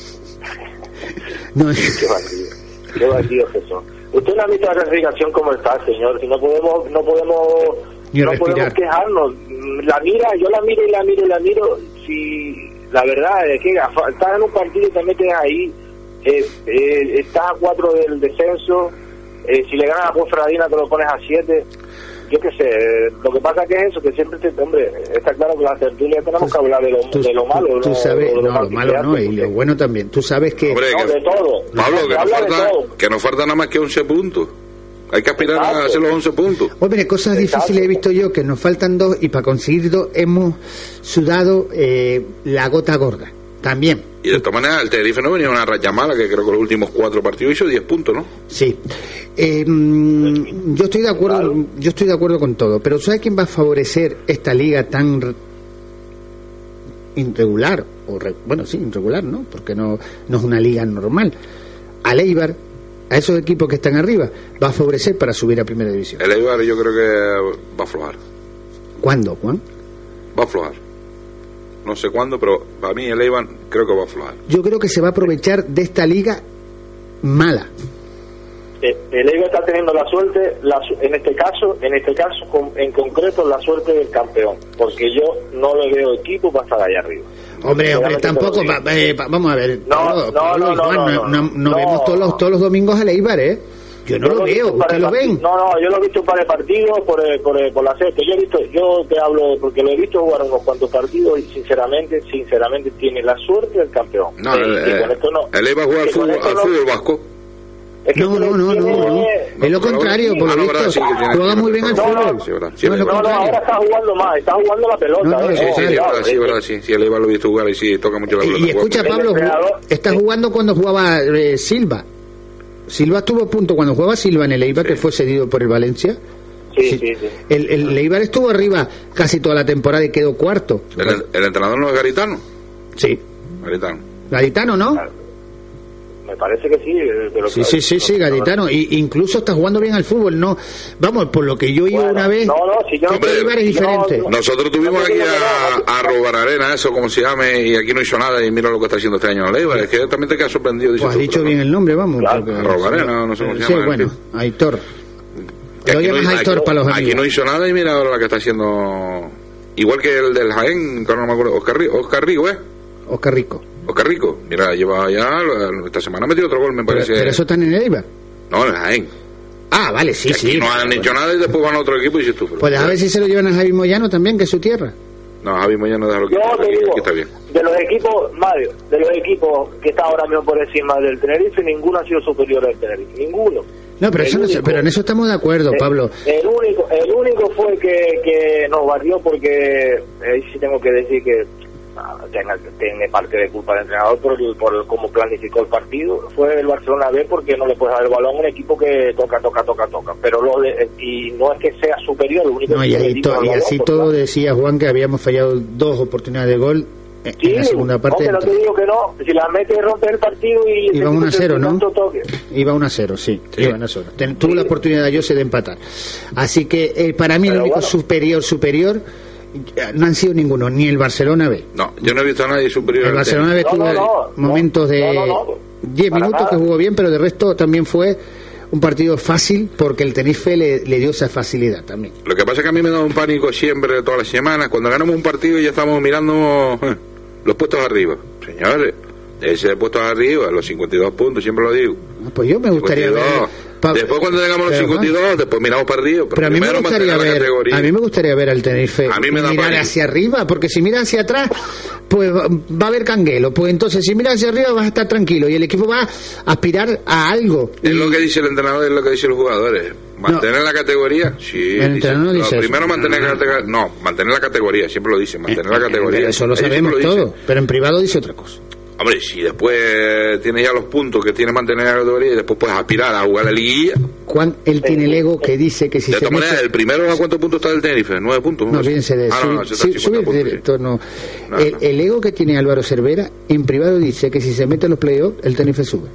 No. Qué bandido que son. Usted no ha visto la clasificación como está, señor. Si no podemos quejarnos. Yo la miro. Si la verdad es que estás en un partido y te metes ahí, estás a 4 del descenso. Si le ganas a Ponferradina te lo pones a 7. Yo qué sé, lo que pasa que es eso, que siempre hombre, está claro que la tertulia tenemos que hablar de lo malo. Tú sabes, lo malo no, y lo bueno también. Tú sabes que... Hombre, de todo. Pablo, que nos falta nada más que 11 puntos. Hay que aspirar a hacer los 11 puntos. Hombre, cosas difíciles he visto yo, que nos faltan 2, y para conseguir 2 hemos sudado la gota gorda. También. Y de esta manera el Tenerife no venía una raya mala, que creo que los últimos 4 partidos hizo 10 puntos, ¿no? Sí. Yo estoy de acuerdo con todo, pero ¿sabes quién va a favorecer esta liga tan irregular? Irregular, ¿no? Porque no es una liga normal. Al Eibar, a esos equipos que están arriba, va a favorecer para subir a primera división. El Eibar yo creo que va a aflojar. ¿Cuándo, Juan? Va a aflojar. No sé cuándo, pero para mí el Eibar creo que va a aflojar. Yo creo que se va a aprovechar de esta liga mala. El Eibar está teniendo la suerte, en este caso en concreto la suerte del campeón, porque yo no le veo equipo para estar allá arriba. Hombre, tampoco, vamos a ver. No vemos todos los domingos al Eibar, ¿eh? Yo no lo veo, ¿ustedes lo ven? No, yo lo he visto para el partido por la sexta. Yo te hablo porque lo he visto jugar unos cuantos partidos y sinceramente tiene la suerte del campeón. No, el Eibar juega al fútbol vasco. No. Es lo contrario, por lo visto. Juega muy bien al fútbol. Ahora está jugando más, está jugando la pelota. Sí, el Eibar lo he visto jugar y sí, toca mucho la pelota. Y escucha, Pablo, está jugando cuando jugaba Silva. Silva estuvo a punto cuando jugaba Silva en el Eibar, que fue cedido por el Valencia. Sí. El Eibar estuvo arriba casi toda la temporada y quedó cuarto. ¿El entrenador no es Garitano? Sí. Garitano, ¿no? Me parece que sí. Sí, Garitano. Y incluso está jugando bien al fútbol, ¿no? Vamos, por lo que yo oí una vez, si yo el Eibar es diferente. Nosotros tuvimos aquí a Robar Arena, eso como se llame, y aquí no hizo nada, y mira lo que está haciendo este año en el Eibar. Es que también te queda sorprendido. Pues has dicho bien el nombre, vamos. Robar Arena, no sé cómo se llama. Sí, bueno, Aitor. Lo llamas Aitor para los amigos. Aquí no hizo nada y mira ahora la que está haciendo... Igual que el del Jaén, que no me acuerdo, Oscar Rico, ¿eh? Oscar Rico, mira, lleva ya, esta semana ha metido otro gol, me parece. ¿Pero eso está en el Eibar? No, en el Jaén. Ah, vale, sí. Aquí no han hecho nada y después van a otro equipo y dices tú. Pues a ver si se lo llevan a Javi Moyano también, que es su tierra. No, Javi Moyano deja lo que aquí está bien. De los equipos, Mario, que está ahora mismo por encima del Tenerife, ninguno ha sido superior al Tenerife, ninguno. No, pero en eso estamos de acuerdo, Pablo. El único fue que nos barrió porque, sí tengo que decir que tiene parte de culpa del entrenador por cómo planificó el partido. Fue el Barcelona B porque no le puedes dar el balón a un equipo que toca, pero y no es que sea superior, lo único y así todo decía Juan que habíamos fallado 2 oportunidades de gol en la segunda parte. No te digo que no, si la metes rompe el partido y iba 1-0, ¿no? Iba 1-0, sí. Iba 1-0. Tuvo la oportunidad Jose de empatar. Así que para mí el único superior no han sido ninguno, ni el Barcelona B. No, yo no he visto a nadie superior. El Barcelona B tuvo momentos de 10 minutos que jugó bien, pero de resto también fue un partido fácil porque el Tenerife le dio esa facilidad también. Lo que pasa es que a mí me da un pánico siempre, todas las semanas, cuando ganamos un partido y ya estamos mirando los puestos arriba. Señores, ese de puestos arriba, los 52 puntos, siempre lo digo. Pues yo me gustaría 52. Después cuando tengamos los 52, después miramos para arriba. Pero a mí me gustaría ver al Tenerife mirar hacia arriba, porque si miras hacia atrás, pues va a haber canguelo. Pues entonces si miras hacia arriba vas a estar tranquilo y el equipo va a aspirar a algo. Es lo que dice el entrenador, es lo que dicen los jugadores. ¿Mantener la categoría? Sí. El entrenador no dice primero mantener la categoría, siempre lo dice, mantener la categoría. Eso lo sabemos todo, pero en privado dice otra cosa. Hombre, si después tienes ya los puntos que tiene mantener la categoría y después puedes aspirar a jugar la liguilla. Juan, él tiene el ego que dice que si de todas maneras, el primero, ¿a cuántos puntos está el Tenerife? 9 puntos. No, fíjense de el ego que tiene Álvaro Cervera, en privado dice que si se mete en los playoffs, el Tenerife sube.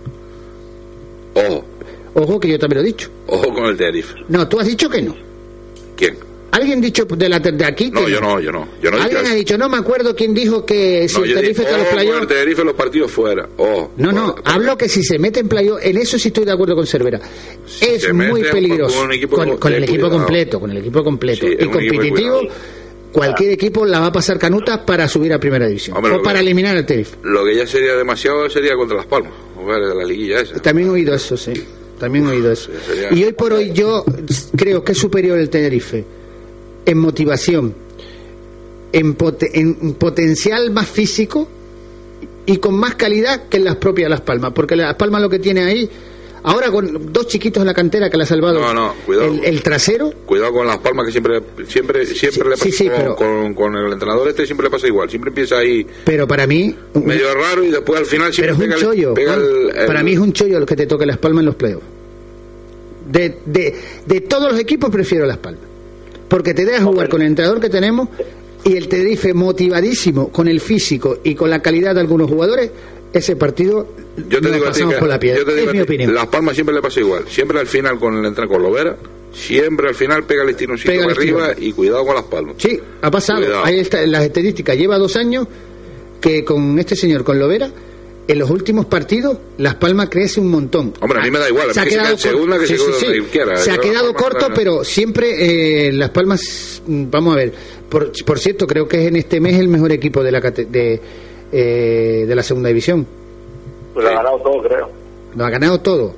Ojo que yo también lo he dicho. Ojo con el Tenerife. No, tú has dicho que no. ¿Quién? ¿Alguien dicho de aquí? No, yo no. ¿Alguien ha dicho? No me acuerdo quién dijo que si el Tenerife está en los playoffs. El Tenerife los partidos fuera. Hablo que si se mete en playoffs, en eso sí estoy de acuerdo con Cervera. Es muy peligroso. Con el equipo completo. Y competitivo, cualquier equipo la va a pasar canutas para subir a primera división. O para eliminar al Tenerife. Lo que ya sería demasiado sería contra Las Palmas. De la liguilla esa. También he oído eso, sí. Y hoy por hoy yo creo que es superior el Tenerife en motivación, en potencial más físico y con más calidad que en las propias Las Palmas, porque Las Palmas lo que tiene ahí ahora con 2 chiquitos en la cantera que le ha salvado cuidado, el trasero. Cuidado con Las Palmas, que siempre le pasa con el entrenador siempre le pasa igual, siempre empieza ahí pero para mí medio raro y después al final siempre pero es un chollo, para mí es un chollo lo que te toque Las Palmas en los playoffs. De todos los equipos prefiero Las Palmas, porque te deja jugar con el entrenador que tenemos y el Tenerife motivadísimo con el físico y con la calidad de algunos jugadores. Ese partido yo te digo pasamos por la piedra. Es mi opinión. Las Palmas siempre le pasa igual, siempre al final con el entrenador con Lovera, siempre al final pega el estironcito para arriba y cuidado con Las Palmas. Sí, ha pasado, ahí está las estadísticas, lleva 2 años que con este señor, con Lovera, en los últimos partidos Las Palmas crece un montón. Hombre, a mí me da igual, se ha quedado se ha quedado corto, pero siempre Las Palmas, vamos a ver, por cierto, creo que es en este mes el mejor equipo de la segunda división. Pues lo ha ganado todo, creo. Lo ha ganado todo.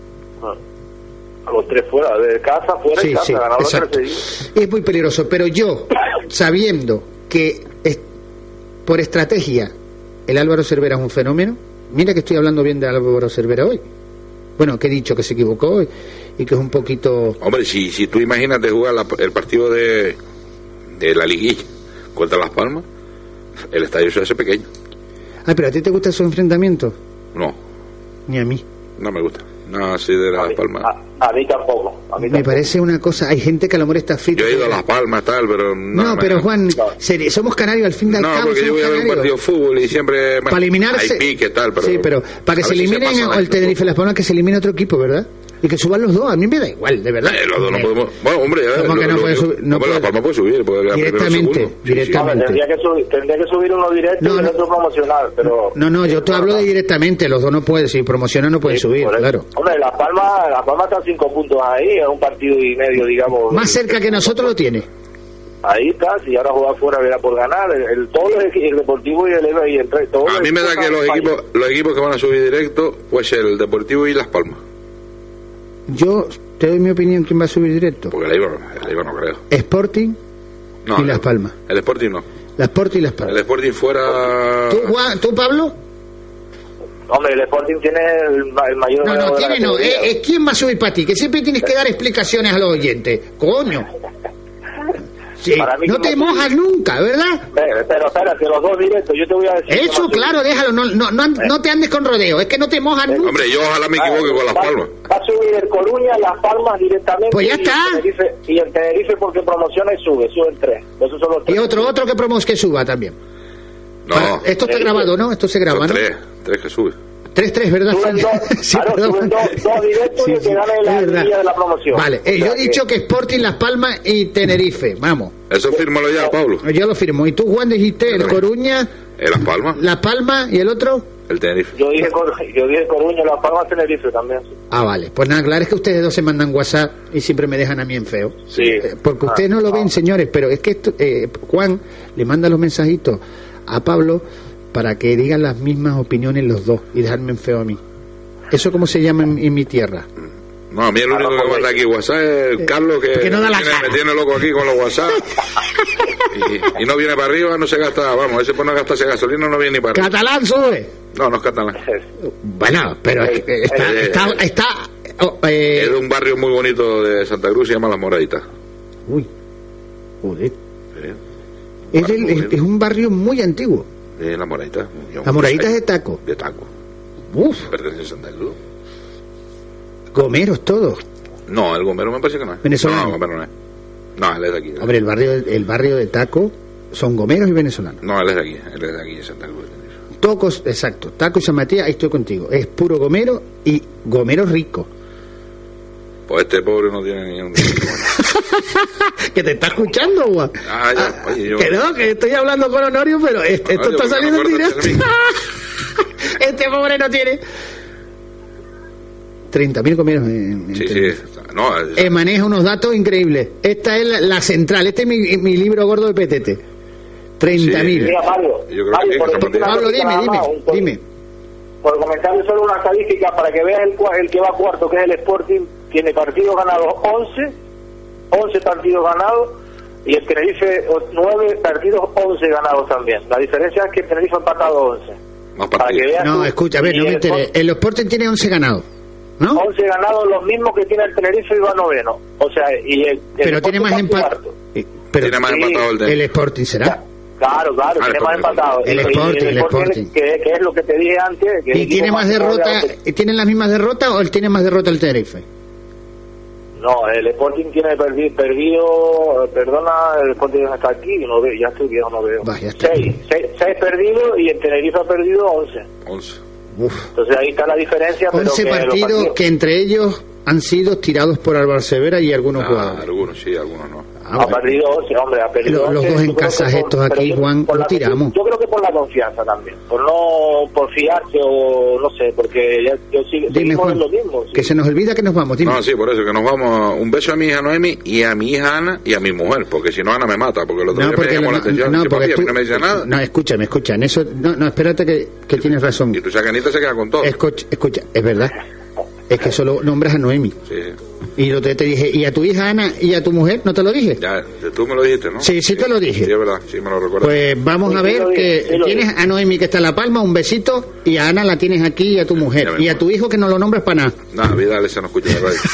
A los 3 fuera, de casa, fuera y casa, ha ganado los 3 seguidos. Es muy peligroso, pero yo, sabiendo que por estrategia el Álvaro Cervera es un fenómeno, mira que estoy hablando bien de Álvaro Cervera hoy. Bueno, que he dicho que se equivocó hoy y que es un poquito... Hombre, si tú imagínate jugar el partido de la liguilla contra Las Palmas, el estadio se hace pequeño. Ay, pero ¿a ti te gustan esos enfrentamientos? No. Ni a mí. No me gusta. No, así de Las Palmas. A mí tampoco. Me parece una cosa... Hay gente que a lo mejor está frita. Yo he ido a Las Palmas, tal, pero... No, pero Juan, somos canarios al fin del cabo. No, porque yo voy a ver un partido de fútbol y siempre... Para eliminarse... Hay pique, tal, pero... Sí, pero para que se eliminen el Tenerife Las Palmas, que se elimine otro equipo, ¿verdad? Y que suban los dos, a mí me da igual, de verdad. Los dos no podemos... Bueno, hombre, ya... ¿Cómo que no puede subir? No, Las Palmas puede subir, puede directamente. Tendría que subir uno directo y el otro promocional, pero... No, yo te hablo de directamente, los dos no pueden, si promocionan no pueden subir, claro. Hombre, Las Palmas están 5 puntos ahí, es un partido y medio, digamos... Más cerca que nosotros lo tiene. Ahí está, si ahora jugar fuera verá por ganar, todos el Deportivo y el EVA y el 3, a mí me da que los equipos que van a subir directo, pues el Deportivo y Las Palmas. Yo te doy mi opinión, ¿quién va a subir directo? Porque el Eibar no creo. Sporting y Las Palmas. El Sporting no. El Sporting y Las Palmas. El Sporting fuera... ¿Tú Pablo? Hombre, el Sporting tiene el mayor... No, tiene no. ¿Quién va a subir para ti? Que siempre tienes que dar explicaciones a los oyentes. Coño. Sí, no te mojas nunca, ¿verdad? Pero espérate, los dos directos, yo te voy a decir... Eso, claro, déjalo, no te andes con rodeo, es que no te mojas nunca. Hombre, yo ojalá me equivoque con Las Palmas. Va a subir el Coruña, Las Palmas directamente. Pues ya está. Y el Tenerife porque promociona y sube el 3. Esos son los 3. Y otro que suba también. No. Esto está grabado, ¿no? Esto se graba, ¿no? 3 que sube. 3, ¿verdad? Suben dos directos y te gane la día de la promoción. Vale, yo he dicho que Sporting, Las Palmas y Tenerife, vamos. Eso fírmalo ya, Pablo. Yo lo firmo. ¿Y tú, Juan, dijiste el Coruña? Las Palmas. Las Palmas, ¿y el otro? El Tenerife. Yo dije Coruña, Las Palmas, Tenerife también. Ah, vale. Pues nada, claro, es que ustedes dos se mandan WhatsApp y siempre me dejan a mí en feo. Sí. Porque ustedes no lo ven, señores, pero es que esto, Juan le manda los mensajitos a Pablo para que digan las mismas opiniones los dos y dejarme en feo a mí. ¿Eso cómo se llama en mi tierra? No, a mí el único que manda aquí WhatsApp es Carlos, que no da me tiene loco aquí con los WhatsApp. y no viene para arriba, no se gasta, vamos, ese pone a gastarse gasolina, no viene ni para arriba. ¿Catalán sube? No es catalán. Bueno, pero está es de un barrio muy bonito de Santa Cruz, se llama Las Moraditas. Uy, joder. Es un barrio muy antiguo. Las Moraditas. Las Moraditas de Taco. De Taco. Uf. Pertenece a Santa Cruz. Gomeros todos. No, el Gomero me parece que no es. Venezolano. No, Gomero no es. No, él es de aquí. Hombre, el barrio de Taco son gomeros y venezolanos. No, él es de aquí, de Santa Cruz. Tocos, exacto. Taco y San Matías, ahí estoy contigo. Es puro gomero y gomero rico. Pues este pobre no tiene ni un... Que te está escuchando, Juan. Oye, que no, que estoy hablando con Honorio, pero esto está saliendo en directo. Este pobre no tiene 30.000 comeros en sí. No, maneja unos datos increíbles. Esta es la central. Este es mi libro gordo de PTT. 30.000. Mira, Pablo, dime. Por comentarle solo una estadística para que veas el que va cuarto, que es el Sporting, tiene partidos ganados 11 partidos ganados, y el Tenerife 9 partidos, 11 ganados también. La diferencia es que el Tenerife ha empatado 11. Para que veas escucha, a ver, no me enteré. El Sporting tiene 11 ganados, ¿no? 11 ganados, los mismos que tiene el Tenerife, y va noveno. O sea, y pero tiene más empatado. Tiene más empatado el Sporting, ¿será? Claro, tiene más empatado. El Sporting. Que es lo que te dije antes. ¿Y tiene más derrotas? ¿Tienen las mismas derrotas o él tiene más derrotas el Tenerife? No, el Sporting tiene perdido, perdona, el Sporting está aquí, no veo, ya estoy viejo, no veo. 6 perdidos y el Tenerife ha perdido 11. Entonces ahí está la diferencia. 11 partidos que entre ellos han sido tirados por Álvaro Severa y algunos jugadores. Algunos sí, algunos no. Ha perdido 11, hombre, ha perdido 11. Los dos en casa estos aquí, Juan, lo tiramos. Yo creo que por la confianza también, por fiarse o no sé, porque yo dime, Juan, lo mismo. Sí. Que se nos olvida que nos vamos, dime. No, sí, por eso, que nos vamos. Un beso a mi hija Noemi y a mi hija Ana y a mi mujer, porque si no Ana me mata, porque los otro día me llamó la atención. No, porque no me dice nada. No, escúchame, en eso, no, espérate que tienes razón. Y tu sacanita se queda con todo. Escucha, es verdad. Es que solo nombras a Noemi. Sí. Y lo te dije, ¿y a tu hija Ana y a tu mujer? ¿No te lo dije? Ya, tú me lo dijiste, ¿no? Sí, te lo dije. Sí, es verdad, sí me lo recuerdo. Pues vamos a ver que tienes a Noemi que está en La Palma, un besito, y a Ana la tienes aquí y a tu mujer. Y a tu hijo que no lo nombres para nada. No, vida, ese no escucha la radio.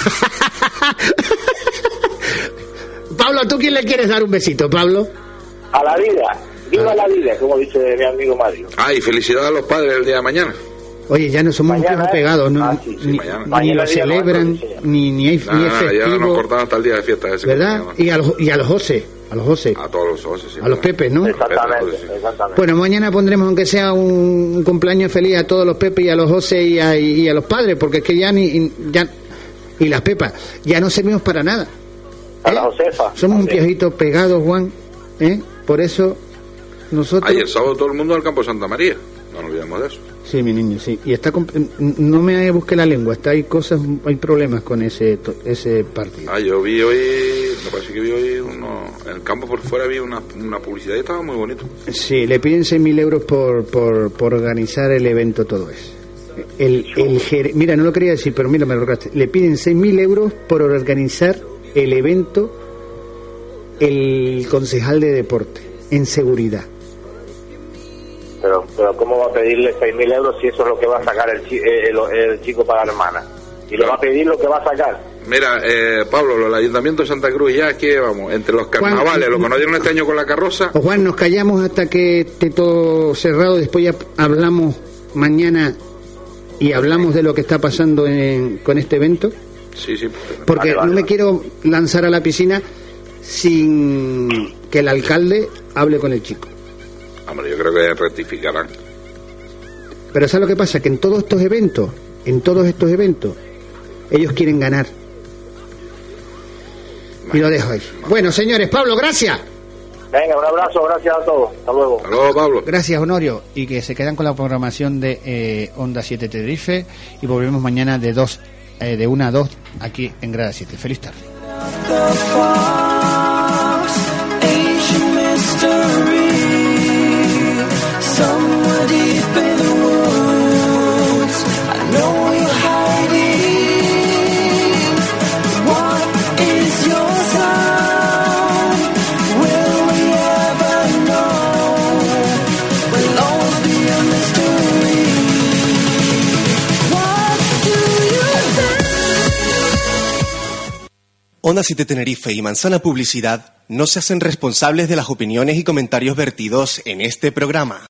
Pablo, ¿tú quién le quieres dar un besito, Pablo? A la vida. Viva la vida, como dice mi amigo Mario. Y felicidades a los padres el día de mañana. Oye, ya no somos un poco pegados, ¿no? Ni lo celebran, ni hay festivo. Ya nos cortaron hasta el día de fiesta ese. ¿Verdad? Y a los José. A todos los José, sí. A los Pepes, ¿no? Exactamente. Bueno, mañana pondremos, aunque sea un cumpleaños feliz a todos los Pepes y a los José y a los padres, porque es que ya y las Pepas, ya no servimos para nada. A la Josefa. Somos un piojito pegado, Juan. Por eso nosotros... Ayer sábado todo el mundo al campo de Santa María. No nos olvidemos de eso. Sí, mi niño, sí. Y no me busque la lengua, hay problemas con ese partido. Yo vi hoy, me parece que vi hoy en el campo por fuera vi una publicidad y estaba muy bonito. Sí, le piden 6.000 euros por organizar el evento, todo eso. Mira, no lo quería decir, pero mira, me lo recordaste. Le piden 6.000 euros por organizar el evento el concejal de deporte, en seguridad. Pero ¿cómo va a pedirle 6.000 euros si eso es lo que va a sacar el chico para la hermana? Y le va a pedir lo que va a sacar. Mira, Pablo, el Ayuntamiento de Santa Cruz ya es que, vamos, entre los carnavales, lo que nos dieron este año con la carroza... O Juan, nos callamos hasta que esté todo cerrado, después ya hablamos mañana y hablamos de lo que está pasando con este evento. Sí. Porque no me quiero lanzar a la piscina sin que el alcalde hable con el chico. Hombre, yo creo que rectificarán. Pero ¿sabes lo que pasa? Que en todos estos eventos, ellos quieren ganar. Y lo dejo ahí. Bueno, señores, Pablo, gracias. Venga, un abrazo, gracias a todos. Hasta luego. Hasta luego, Pablo. Gracias, Honorio. Y que se quedan con la programación de Onda 7 Tenerife. Y volvemos mañana de 1 a 2 aquí en Grada 7. Feliz tarde. Onda 7 Tenerife y Manzana Publicidad no se hacen responsables de las opiniones y comentarios vertidos en este programa.